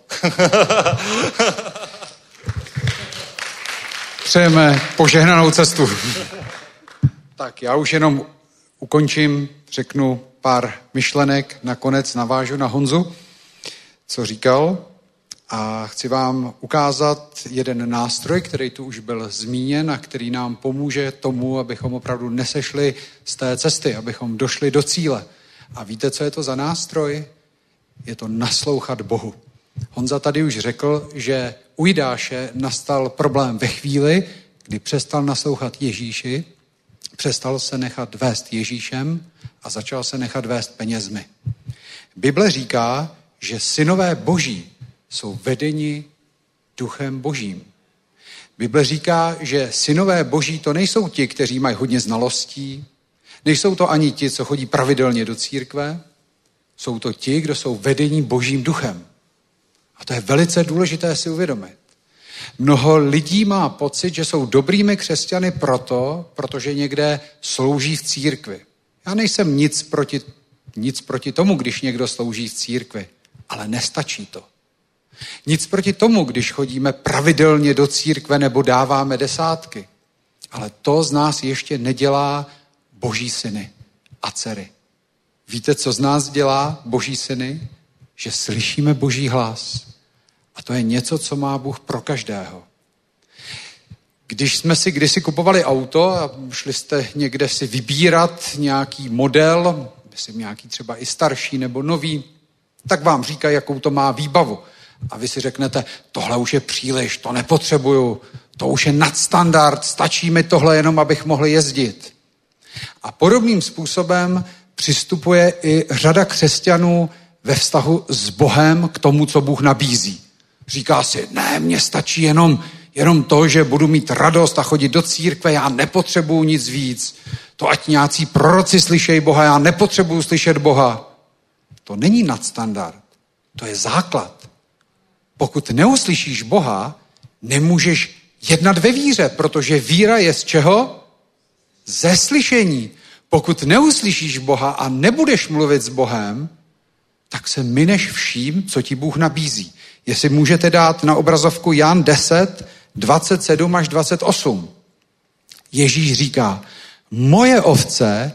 Speaker 4: Přejeme požehnanou cestu. Tak já už jenom ukončím, řeknu pár myšlenek, nakonec navážu na Honzu, co říkal. A chci vám ukázat jeden nástroj, který tu už byl zmíněn a který nám pomůže tomu, abychom opravdu nesešli z té cesty, abychom došli do cíle. A víte, co je to za nástroj? Je to naslouchat Bohu. Honza tady už řekl, že u Jidáše nastal problém ve chvíli, kdy přestal naslouchat Ježíši Přestal se nechat vést Ježíšem a začal se nechat vést penězmi. Bible říká, že synové boží jsou vedeni duchem božím. Bible říká, že synové boží to nejsou ti, kteří mají hodně znalostí, nejsou to ani ti, co chodí pravidelně do církve, jsou to ti, kdo jsou vedení božím duchem. A to je velice důležité si uvědomit. Mnoho lidí má pocit, že jsou dobrými křesťany proto, protože někde slouží v církvi. Já nejsem nic proti, nic proti tomu, když někdo slouží v církvi, ale nestačí to. Nic proti tomu, když chodíme pravidelně do církve nebo dáváme desátky. Ale to z nás ještě nedělá boží syny a dcery. Víte, co z nás dělá boží syny? Že slyšíme boží hlas. A to je něco, co má Bůh pro každého. Když jsme si kdysi kupovali auto a šli jste někde si vybírat nějaký model, myslím nějaký třeba i starší nebo nový, tak vám říkají, jakou to má výbavu. A vy si řeknete, tohle už je příliš, to nepotřebuju, to už je nadstandard, stačí mi tohle jenom, abych mohl jezdit. A podobným způsobem přistupuje i řada křesťanů ve vztahu s Bohem k tomu, co Bůh nabízí. Říká si, ne, mně stačí jenom, jenom to, že budu mít radost a chodit do církve, já nepotřebuju nic víc. To ať nějací proroci slyšejí Boha, já nepotřebuju slyšet Boha. To není nadstandard, to je základ. Pokud neuslyšíš Boha, nemůžeš jednat ve víře, protože víra je z čeho? Ze slyšení. Pokud neuslyšíš Boha a nebudeš mluvit s Bohem, tak se mineš vším, co ti Bůh nabízí. Jestli můžete dát na obrazovku Jan deset, dvacet sedm až dvacet osm. Ježíš říká, moje ovce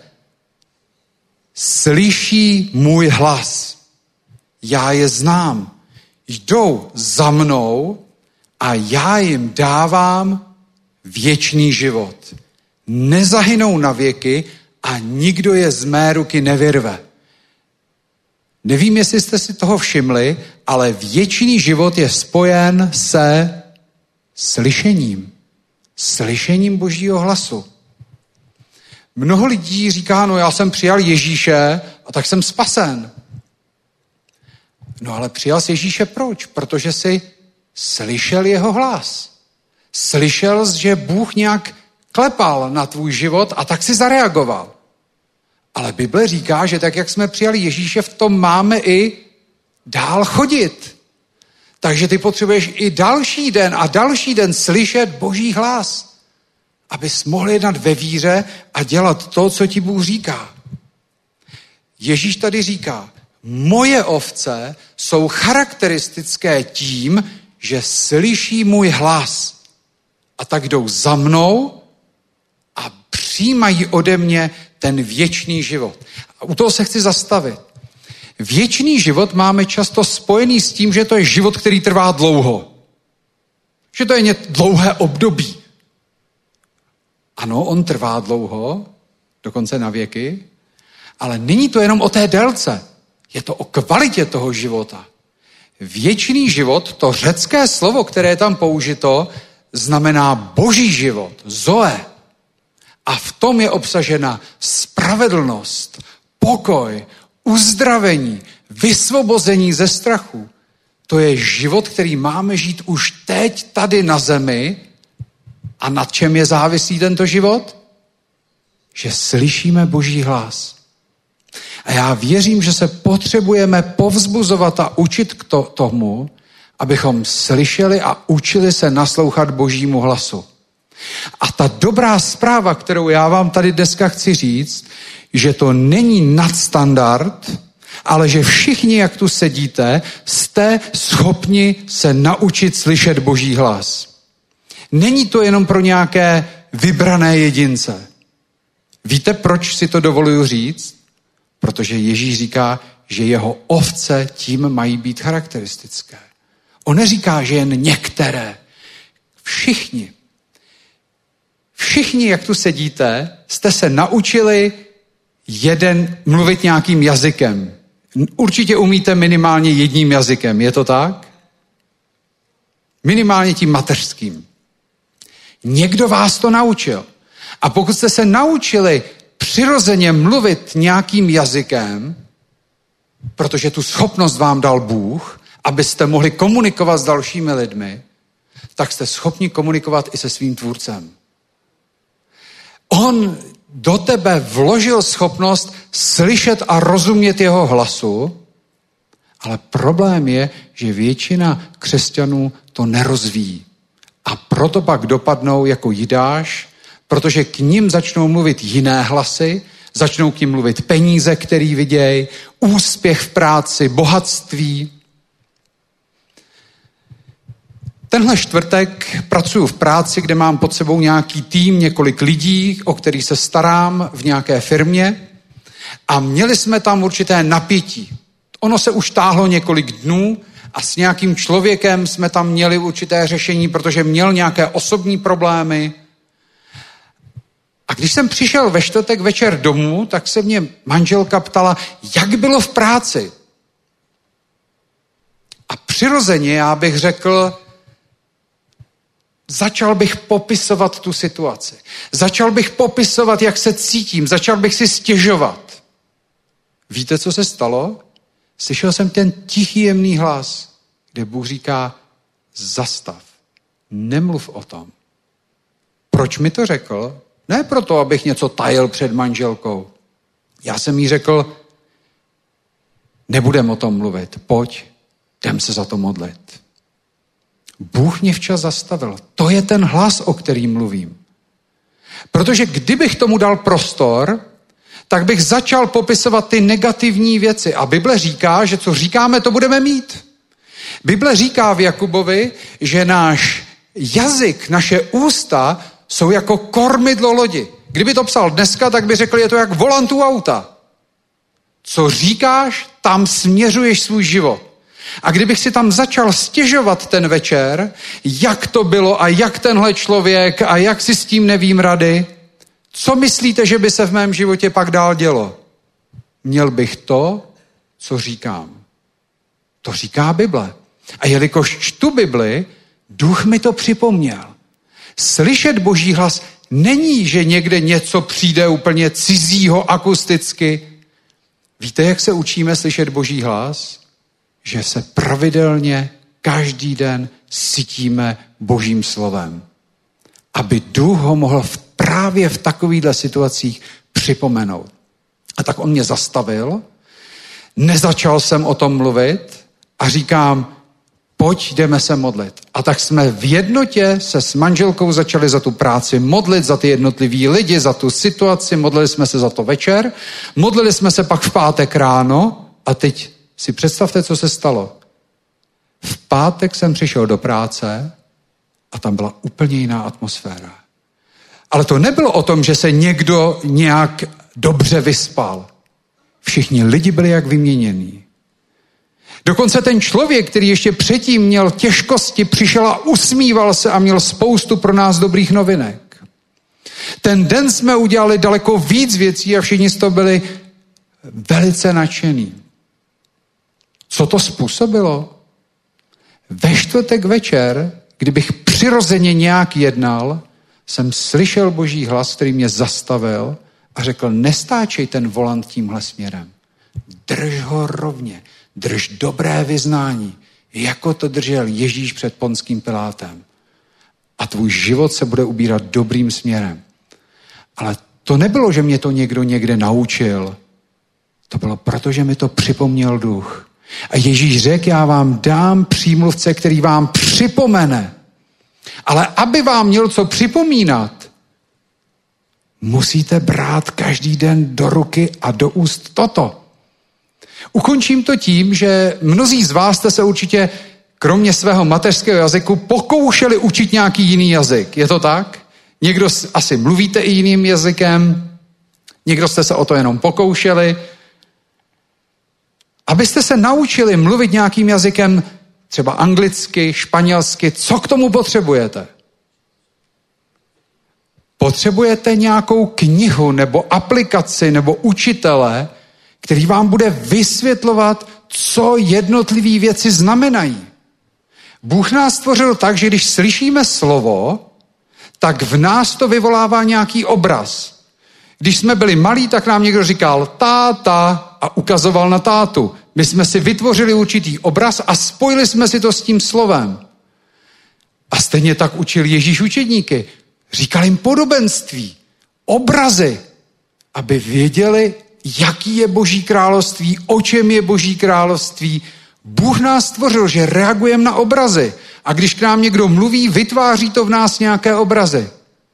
Speaker 4: slyší můj hlas. Já je znám. Jdou za mnou a já jim dávám věčný život. Nezahynou na věky a nikdo je z mé ruky nevyrve. Nevím, jestli jste si toho všimli, ale věčný život je spojen se slyšením. Slyšením Božího hlasu. Mnoho lidí říká, no já jsem přijal Ježíše a tak jsem spasen. No ale přijal jsi Ježíše proč? Protože jsi slyšel jeho hlas. Slyšel jsi, že Bůh nějak klepal na tvůj život a tak si zareagoval. Ale Bible říká, že tak, jak jsme přijali Ježíše, v tom máme i dál chodit. Takže ty potřebuješ i další den a další den slyšet Boží hlas, abys mohl jednat ve víře a dělat to, co ti Bůh říká. Ježíš tady říká, moje ovce jsou charakteristické tím, že slyší můj hlas a tak jdou za mnou a přijímají ode mě ten věčný život. A u toho se chci zastavit. Věčný život máme často spojený s tím, že to je život, který trvá dlouho. Že to je dlouhé období. Ano, on trvá dlouho, dokonce na věky, ale není to jenom o té délce. Je to o kvalitě toho života. Věčný život, to řecké slovo, které je tam použito, znamená boží život, zoe. A v tom je obsažena spravedlnost, pokoj, uzdravení, vysvobození ze strachu. To je život, který máme žít už teď tady na zemi. A nad čem je závislý tento život? Že slyšíme Boží hlas. A já věřím, že se potřebujeme povzbuzovat a učit k to, tomu, abychom slyšeli a učili se naslouchat Božímu hlasu. A ta dobrá zpráva, kterou já vám tady dneska chci říct, že to není nadstandard, ale že všichni, jak tu sedíte, jste schopni se naučit slyšet Boží hlas. Není to jenom pro nějaké vybrané jedince. Víte, proč si to dovoluji říct? Protože Ježíš říká, že jeho ovce tím mají být charakteristické. On neříká, že jen některé. Všichni. Všichni, jak tu sedíte, jste se naučili jeden mluvit nějakým jazykem. Určitě umíte minimálně jedním jazykem, je to tak? Minimálně tím mateřským. Někdo vás to naučil. A pokud jste se naučili přirozeně mluvit nějakým jazykem, protože tu schopnost vám dal Bůh, abyste mohli komunikovat s dalšími lidmi, tak jste schopni komunikovat i se svým tvůrcem. On do tebe vložil schopnost slyšet a rozumět jeho hlasu, ale problém je, že většina křesťanů to nerozvíjí. A proto pak dopadnou jako Jidáš, protože k ním začnou mluvit jiné hlasy, začnou k ním mluvit peníze, který vidějí, úspěch v práci, bohatství. Tenhle čtvrtek pracuji v práci, kde mám pod sebou nějaký tým, několik lidí, o který se starám v nějaké firmě a měli jsme tam určité napětí. Ono se už táhlo několik dnů a s nějakým člověkem jsme tam měli určité řešení, protože měl nějaké osobní problémy. A když jsem přišel ve čtvrtek večer domů, tak se mě manželka ptala, jak bylo v práci. A přirozeně já bych řekl, začal bych popisovat tu situaci. Začal bych popisovat, jak se cítím. Začal bych si stěžovat. Víte, co se stalo? Slyšel jsem ten tichý, jemný hlas, kde Bůh říká, zastav, nemluv o tom. Proč mi to řekl? Ne proto, abych něco tajil před manželkou. Já jsem jí řekl, nebudem o tom mluvit, pojď, jdem se za to modlit. Bůh mě včas zastavil. To je ten hlas, o kterým mluvím. Protože kdybych tomu dal prostor, tak bych začal popisovat ty negativní věci. A Bible říká, že co říkáme, to budeme mít. Bible říká v Jakubovi, že náš jazyk, naše ústa jsou jako kormidlo lodi. Kdyby to psal dneska, tak by řekl, je to jak volant u auta. Co říkáš, tam směřuješ svůj život. A kdybych si tam začal stěžovat ten večer, jak to bylo a jak tenhle člověk a jak si s tím nevím rady, co myslíte, že by se v mém životě pak dál dělo? Měl bych to, co říkám. To říká Bible. A jelikož čtu Bibli, Duch mi to připomněl. Slyšet Boží hlas není, že někde něco přijde úplně cizího akusticky. Víte, jak se učíme slyšet Boží hlas? Že se pravidelně každý den sytíme Božím slovem. Aby Duch ho mohl v, právě v takovýchto situacích připomenout. A tak on mě zastavil, nezačal jsem o tom mluvit a říkám, pojď, jdeme se modlit. A tak jsme v jednotě se s manželkou začali za tu práci modlit, za ty jednotlivý lidi, za tu situaci, modlili jsme se za to večer, modlili jsme se pak v pátek ráno a teď si představte, co se stalo. V pátek jsem přišel do práce a tam byla úplně jiná atmosféra. Ale to nebylo o tom, že se někdo nějak dobře vyspal. Všichni lidi byli jak vyměnění. Dokonce ten člověk, který ještě předtím měl těžkosti, přišel a usmíval se a měl spoustu pro nás dobrých novinek. Ten den jsme udělali daleko víc věcí a všichni z toho byli velice nadšení. Co to způsobilo? Ve čtvrtek večer, kdybych přirozeně nějak jednal, jsem slyšel Boží hlas, který mě zastavil a řekl, nestáčej ten volant tímhle směrem. Drž ho rovně, drž dobré vyznání, jako to držel Ježíš před Ponským Pilátem. A tvůj život se bude ubírat dobrým směrem. Ale to nebylo, že mě to někdo někde naučil. To bylo proto, že mi to připomněl Duch. A Ježíš řekl, já vám dám přímluvce, který vám připomene. Ale aby vám měl co připomínat, musíte brát každý den do ruky a do úst toto. Ukončím to tím, že mnozí z vás jste se určitě, kromě svého mateřského jazyku, pokoušeli učit nějaký jiný jazyk. Je to tak? Někdo asi mluvíte i jiným jazykem, někdo jste se o to jenom pokoušeli. Abyste se naučili mluvit nějakým jazykem, třeba anglicky, španělsky, co k tomu potřebujete? Potřebujete nějakou knihu nebo aplikaci nebo učitele, který vám bude vysvětlovat, co jednotlivé věci znamenají. Bůh nás stvořil tak, že když slyšíme slovo, tak v nás to vyvolává nějaký obraz. Když jsme byli malí, tak nám někdo říkal táta a ukazoval na tátu. My jsme si vytvořili určitý obraz a spojili jsme si to s tím slovem. A stejně tak učil Ježíš učedníky. Říkal jim podobenství, obrazy, aby věděli, jaký je Boží království, o čem je Boží království. Bůh nás stvořil, že reagujeme na obrazy. A když k nám někdo mluví, vytváří to v nás nějaké obrazy.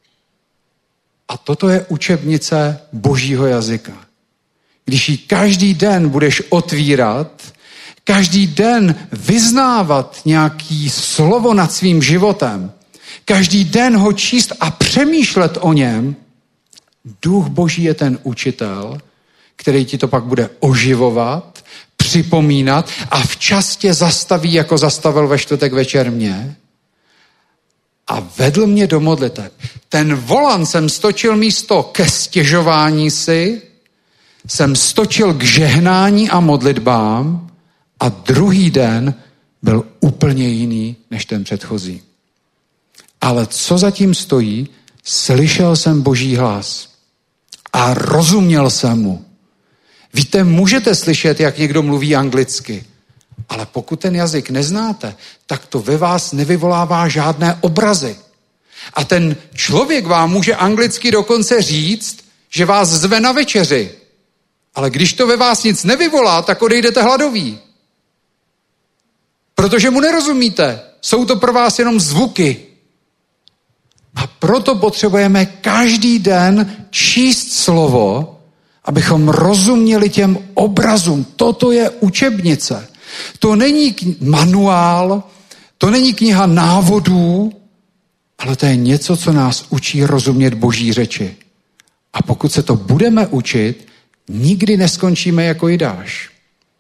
Speaker 4: A toto je učebnice Božího jazyka. Když ji každý den budeš otvírat, každý den vyznávat nějaký slovo nad svým životem, každý den ho číst a přemýšlet o něm, Duch Boží je ten učitel, který ti to pak bude oživovat, připomínat a včas tě zastaví, jako zastavil ve čtvrtek večer mě a vedl mě do modliteb. Ten volant jsem stočil místo ke stěžování si, jsem stočil k žehnání a modlitbám a druhý den byl úplně jiný než ten předchozí. Ale co zatím stojí? Slyšel jsem Boží hlas a rozuměl jsem mu. Víte, můžete slyšet, jak někdo mluví anglicky, ale pokud ten jazyk neznáte, tak to ve vás nevyvolává žádné obrazy. A ten člověk vám může anglicky dokonce říct, že vás zve na večeři, ale když to ve vás nic nevyvolá, tak odejdete hladoví. Protože mu nerozumíte. Jsou to pro vás jenom zvuky. A proto potřebujeme každý den číst slovo, abychom rozuměli těm obrazům. Toto je učebnice. To není manuál, to není kniha návodů, ale to je něco, co nás učí rozumět Boží řeči. A pokud se to budeme učit, nikdy neskončíme jako Jidáš.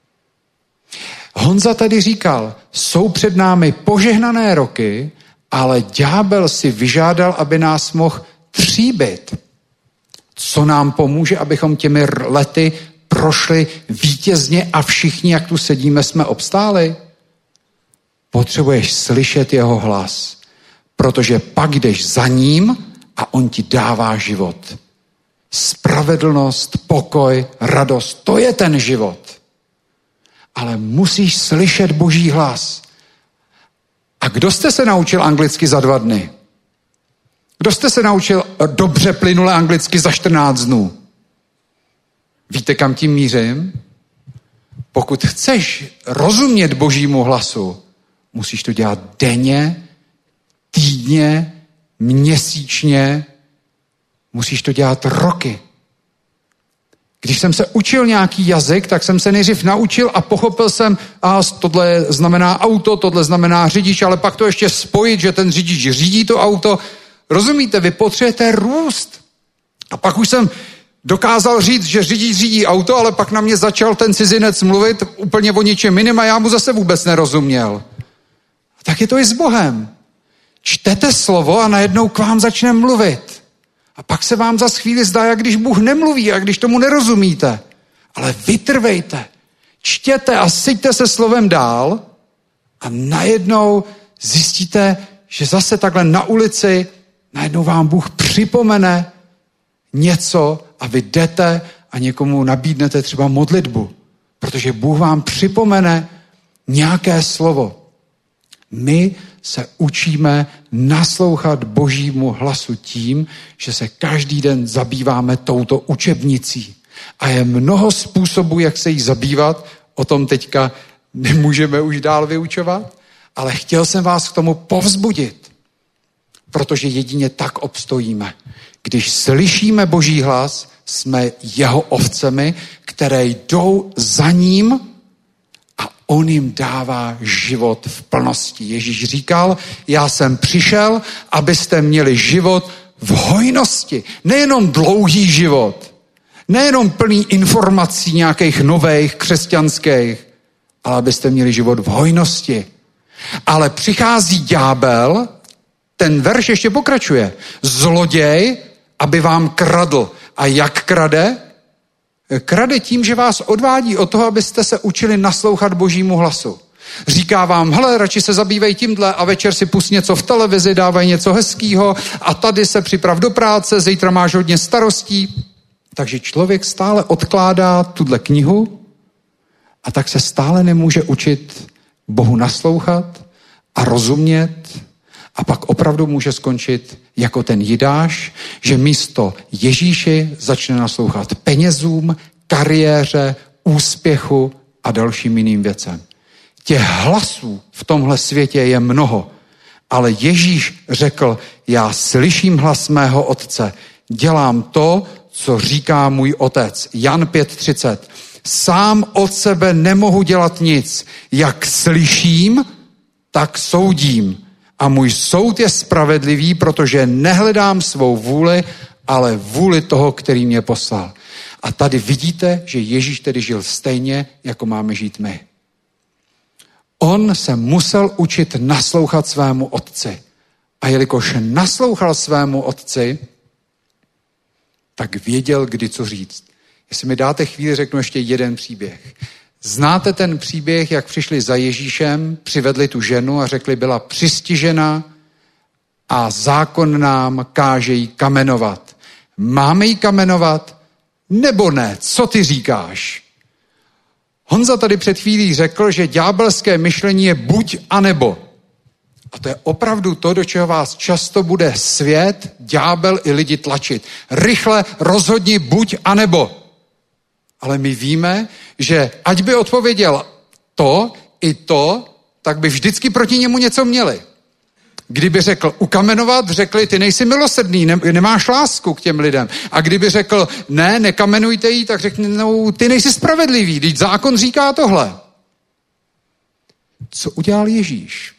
Speaker 4: Honza tady říkal, jsou před námi požehnané roky, ale ďábel si vyžádal, aby nás mohl tříbit. Co nám pomůže, abychom těmi lety prošli vítězně a všichni, jak tu sedíme, jsme obstáli? Potřebuješ slyšet jeho hlas, protože pak jdeš za ním a on ti dává život. Spravedlnost, pokoj, radost, to je ten život. Ale musíš slyšet Boží hlas. A kdo jste se naučil anglicky za dva dny? Kdo jste se naučil dobře plynule anglicky za čtrnáct dnů? Víte, kam tím mířím? Pokud chceš rozumět Božímu hlasu, musíš to dělat denně, týdně, měsíčně, musíš to dělat roky. Když jsem se učil nějaký jazyk, tak jsem se nejdřív naučil a pochopil jsem, a tohle znamená auto, tohle znamená řidič, ale pak to ještě spojit, že ten řidič řídí to auto. Rozumíte, vy potřebujete růst. A pak už jsem dokázal říct, že řidič řídí auto, ale pak na mě začal ten cizinec mluvit úplně o ničem jiném a já mu zase vůbec nerozuměl. Tak je to i s Bohem. Čtete slovo a najednou k vám začne mluvit. A pak se vám za chvíli zdá, jak když Bůh nemluví a když tomu nerozumíte. Ale vytrvejte, čtěte a syťte se slovem dál a najednou zjistíte, že zase takhle na ulici najednou vám Bůh připomene něco a vy jdete a někomu nabídnete třeba modlitbu. Protože Bůh vám připomene nějaké slovo. My se učíme naslouchat Božímu hlasu tím, že se každý den zabýváme touto učebnicí. A je mnoho způsobů, jak se jí zabývat, o tom teďka nemůžeme už dál vyučovat, ale chtěl jsem vás k tomu povzbudit, protože jedině tak obstojíme. Když slyšíme Boží hlas, jsme jeho ovcemi, které jdou za ním a on jim dává život v plnosti. Ježíš říkal, já jsem přišel, abyste měli život v hojnosti. Nejenom dlouhý život, nejenom plný informací nějakých nových křesťanských, ale abyste měli život v hojnosti. Ale přichází ďábel, ten verš ještě pokračuje, zloděj, aby vám kradl. A jak krade? Krade tím, že vás odvádí od toho, abyste se učili naslouchat Božímu hlasu. Říká vám, hele, radši se zabývej tímhle a večer si pust něco v televizi, dávaj něco hezkýho a tady se připrav do práce, zítra máš hodně starostí. Takže člověk stále odkládá tuhle knihu a tak se stále nemůže učit Bohu naslouchat a rozumět a pak opravdu může skončit jako ten Jidáš, že místo Ježíši začne naslouchat penězům, kariéře, úspěchu a dalším jiným věcem. Těch hlasů v tomhle světě je mnoho, ale Ježíš řekl, já slyším hlas mého otce, dělám to, co říká můj otec. Jan pět třicet. Sám od sebe nemohu dělat nic. Jak slyším, tak soudím. A můj soud je spravedlivý, protože nehledám svou vůli, ale vůli toho, který mě poslal. A tady vidíte, že Ježíš tedy žil stejně, jako máme žít my. On se musel učit naslouchat svému otci. A jelikož naslouchal svému otci, tak věděl, kdy co říct. Jestli mi dáte chvíli, řeknu ještě jeden příběh. Znáte ten příběh, jak přišli za Ježíšem, přivedli tu ženu a řekli, byla přistižena a zákon nám káže jí kamenovat. Máme jí kamenovat nebo ne? Co ty říkáš? Honza tady před chvílí řekl, že ďábelské myšlení je buď a nebo. A to je opravdu to, do čeho vás často bude svět, ďábel i lidi tlačit. Rychle rozhodni buď a nebo. Ale my víme, že ať by odpověděl to i to, tak by vždycky proti němu něco měli. Kdyby řekl ukamenovat, řekli, ty nejsi milosrdný, ne, nemáš lásku k těm lidem. A kdyby řekl, ne, nekamenujte jí, tak řekni, no, ty nejsi spravedlivý, když zákon říká tohle. Co udělal Ježíš?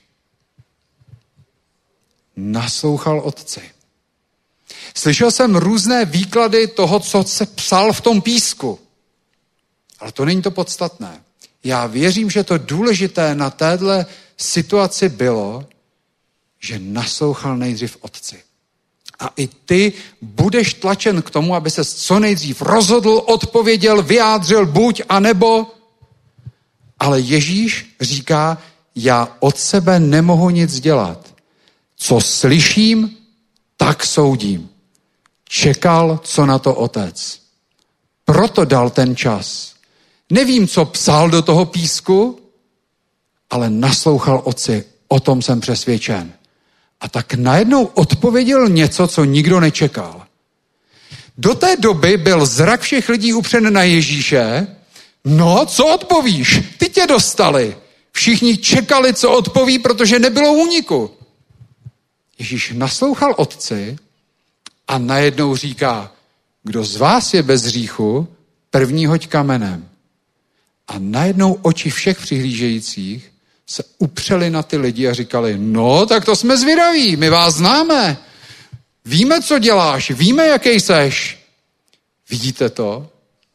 Speaker 4: Naslouchal otci. Slyšel jsem různé výklady toho, co se psal v tom písku. Ale to není to podstatné. Já věřím, že to důležité na téhle situaci bylo, že naslouchal nejdřív otci. A i ty budeš tlačen k tomu, aby se co nejdřív rozhodl, odpověděl, vyjádřil buď a nebo. Ale Ježíš říká, já od sebe nemohu nic dělat. Co slyším, tak soudím. Čekal, co na to otec. Proto dal ten čas. Nevím, co psal do toho písku, ale naslouchal otci. O tom jsem přesvědčen. A tak najednou odpověděl něco, co nikdo nečekal. Do té doby byl zrak všech lidí upřen na Ježíše. No, co odpovíš? Ty tě dostali. Všichni čekali, co odpoví, protože nebylo úniku. Ježíš naslouchal otci a najednou říká, kdo z vás je bez hříchu, první hoď kamenem. A najednou oči všech přihlížejících se upřeli na ty lidi a říkali, no, tak to jsme zvědaví, my vás známe. Víme, co děláš, víme, jaký seš. Vidíte to?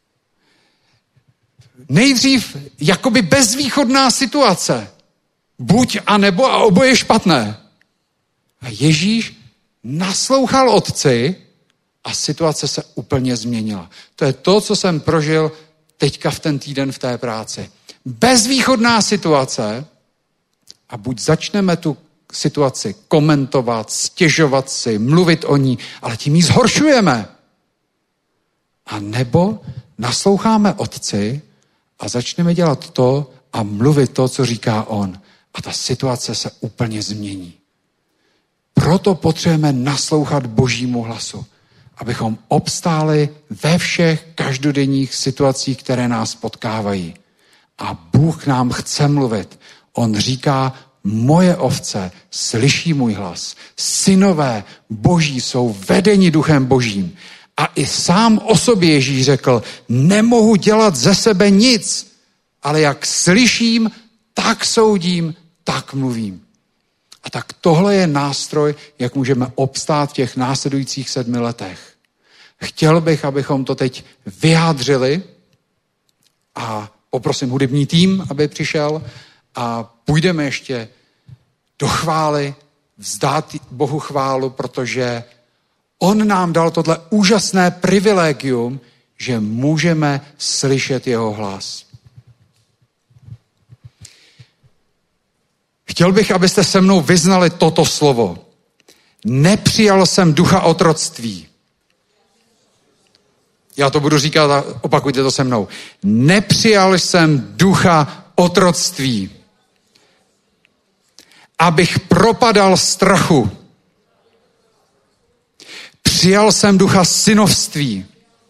Speaker 4: Nejdřív jakoby bezvýchodná situace. Buď a nebo a oboje špatné. A Ježíš naslouchal otci a situace se úplně změnila. To je to, co jsem prožil teďka v ten týden v té práci. Bezvýchodná situace a buď začneme tu situaci komentovat, stěžovat si, mluvit o ní, ale tím ji zhoršujeme. A nebo nasloucháme otci a začneme dělat to a mluvit to, co říká on. A ta situace se úplně změní. Proto potřebujeme naslouchat Božímu hlasu, abychom obstáli ve všech každodenních situacích, které nás potkávají. A Bůh nám chce mluvit. On říká, moje ovce slyší můj hlas. Synové Boží jsou vedeni Duchem Božím. A i sám o sobě Ježíš řekl, nemohu dělat ze sebe nic, ale jak slyším, tak soudím, tak mluvím. A tak tohle je nástroj, jak můžeme obstát v těch následujících sedmi letech. Chtěl bych, abychom to teď vyjádřili a poprosím hudební tým, aby přišel a půjdeme ještě do chvály, vzdát Bohu chválu, protože on nám dal tohle úžasné privilegium, že můžeme slyšet jeho hlas. Chtěl bych, abyste se mnou vyznali toto slovo. Nepřijal jsem ducha otroctví. Já to budu říkat a opakujte to se mnou. Nepřijal jsem ducha otroctví, abych propadal strachu. Přijal jsem ducha synovství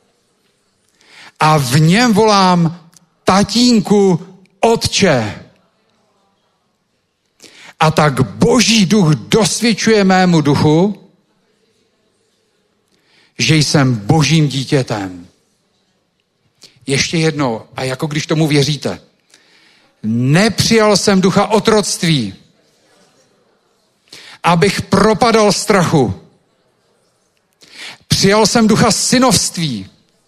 Speaker 4: a v něm volám tatínku, otče. A tak Boží duch dosvědčuje mému duchu, že jsem Božím dítětem. Ještě jednou, a jako když tomu věříte. Nepřijal jsem ducha otroctví, abych propadal strachu. Přijal jsem ducha synovství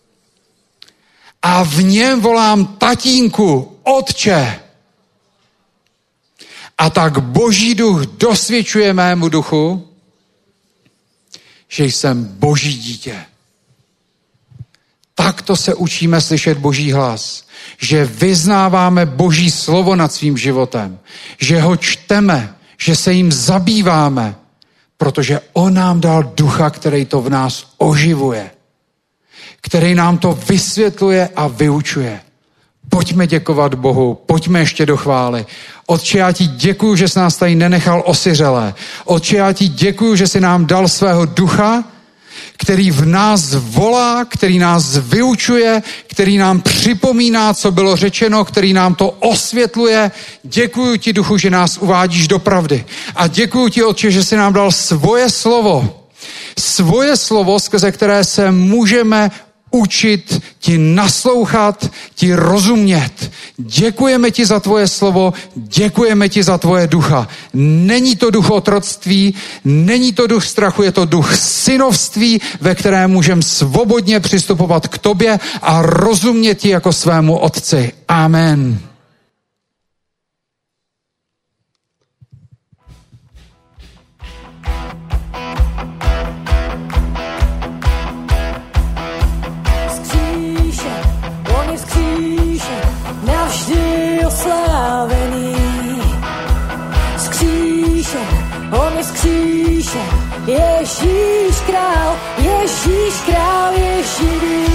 Speaker 4: a v něm volám tatínku, otče. A tak Boží duch dosvědčuje mému duchu, že jsem Boží dítě. Takto se učíme slyšet Boží hlas, že vyznáváme Boží slovo nad svým životem, že ho čteme, že se jim zabýváme, protože on nám dal ducha, který to v nás oživuje, který nám to vysvětluje a vyučuje. Pojďme děkovat Bohu, pojďme ještě do chvály. Otče, já ti děkuju, že jsi nás tady nenechal osiřelé. Otče, já ti děkuju, že jsi nám dal svého ducha, který v nás volá, který nás vyučuje, který nám připomíná, co bylo řečeno, který nám to osvětluje. Děkuju ti, duchu, že nás uvádíš do pravdy. A děkuju ti, Otče, že jsi nám dal svoje slovo. Svoje slovo, skrze které se můžeme učit, ti naslouchat, ti rozumět. Děkujeme ti za tvoje slovo, děkujeme ti za tvoje ducha. Není to duch otroctví, není to duch strachu, je to duch synovství, ve kterém můžeme svobodně přistupovat k tobě a rozumět ti jako svému otci. Amen.
Speaker 1: Navždy oslávený. Z kříže, on je z kříže, Ježíš král, Ježíš král je živý.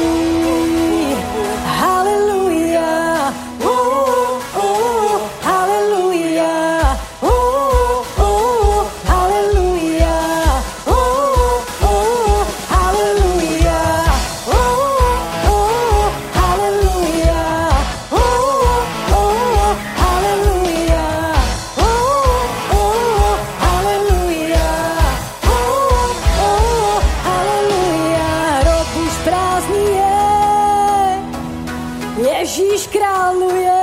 Speaker 1: Haleluja, oh, oh, haleluja, oh, oh, haleluja, oh, oh, haleluja, oh, oh, haleluja, oh, oh, haleluja, oh, oh, haleluja, oh, oh, haleluja. Rok už prázdný je, Ježíš králuje.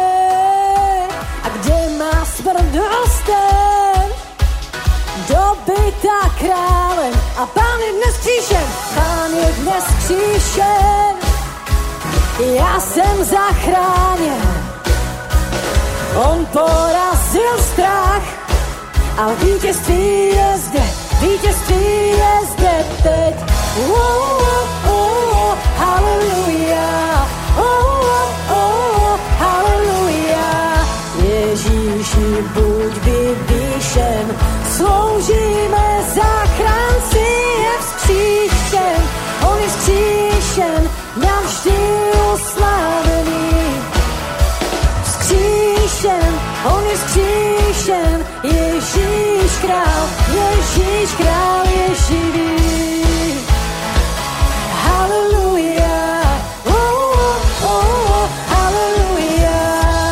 Speaker 1: A kde má smrt hosten, dobytá králem. A Pán je dnes křížen, Pán je dnes křížen. Já jsem zachráněn. On porazil strach a vítězství je zde, vítězství je zde teď. Oh, oh, haleluja, oh, oh, haleluja. Ježíši, buď vyvýšen, sloužíme záchránci, je vzkříšen. On je vzkříšen, navždy oslávený. Vzkříšen, on je vzkříšen, Ježíš král, Ježíš král je živý. Haleluja, oh, oh, haleluja.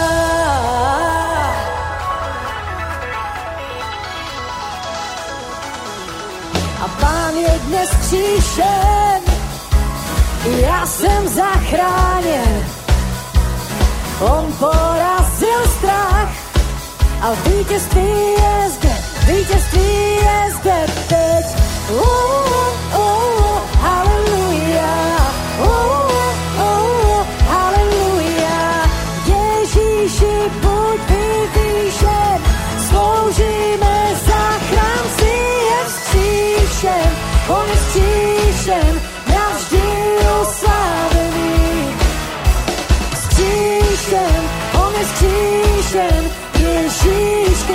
Speaker 1: A Pán je dnes křížen, já jsem zachráněn. On porazil strach a vítězství je zde, vítězství je zde teď. Oh, oh, haleluja, oh, oh, haleluja. Ježíši, buď vyvýšen, sloužíme záchránci, je vzkříšen. On je vzkříšen, navždy oslávený. Vzkříšen, on je vzkříšen, Ježíš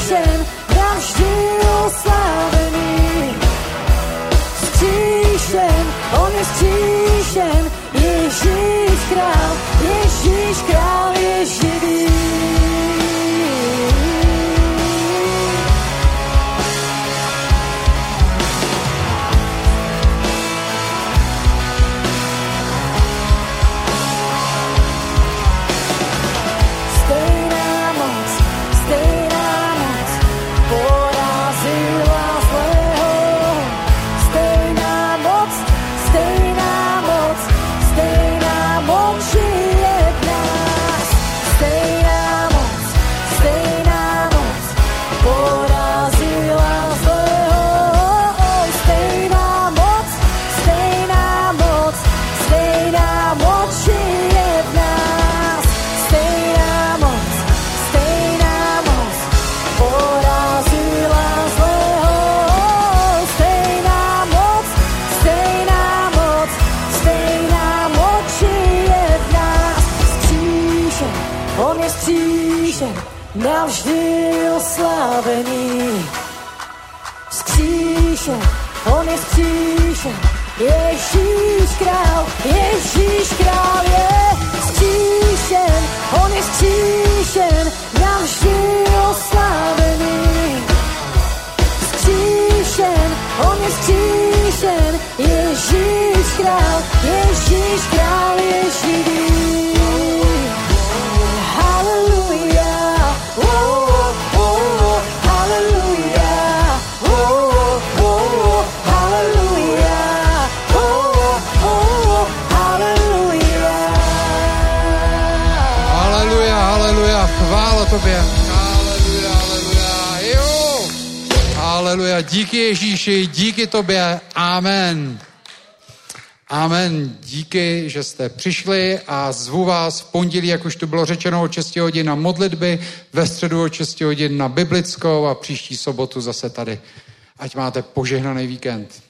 Speaker 1: Vzkříšen, navždy oslávený. Vzkříšen, on je vzkříšen, Ježíš král, Ježíš král je živý. Stejná moc, stejná moc, porazila zlého. Stejná moc, stejná moc, stejná moc žije v nás. Stejná moc, stejná moc, porazila zlého. Stejná moc, stejná moc, stejná moc žije v nás. Stejná moc, stejná moc, porazila zlého. Stejná moc, stejná moc, stejná moc žije v nás. Vzkříšen, on je vzkříšen, navždy oslávený. Vzkříšen, on je vzkříšen, Ježíš král, Ježíš král je vzkříšen, on je vzkříšen, navždy oslávený. Vzkříšen, on je vzkříšen, Ježíš král, Ježíš král je živý. Haleluja, oh, oh, oh, haleluja, oh, oh, oh, haleluja, oh, oh, oh, haleluja.
Speaker 4: Haleluja, haleluja, chvála tobě. Haleluja, haleluja, jo. Haleluja, díky Ježíši, díky tobě, amen. Amen, díky, že jste přišli a zvu vás v pondělí, jak už tu bylo řečeno, od šesti hodin na modlitby, ve středu od šesti hodin na biblickou a příští sobotu zase tady. Ať máte požehnaný víkend.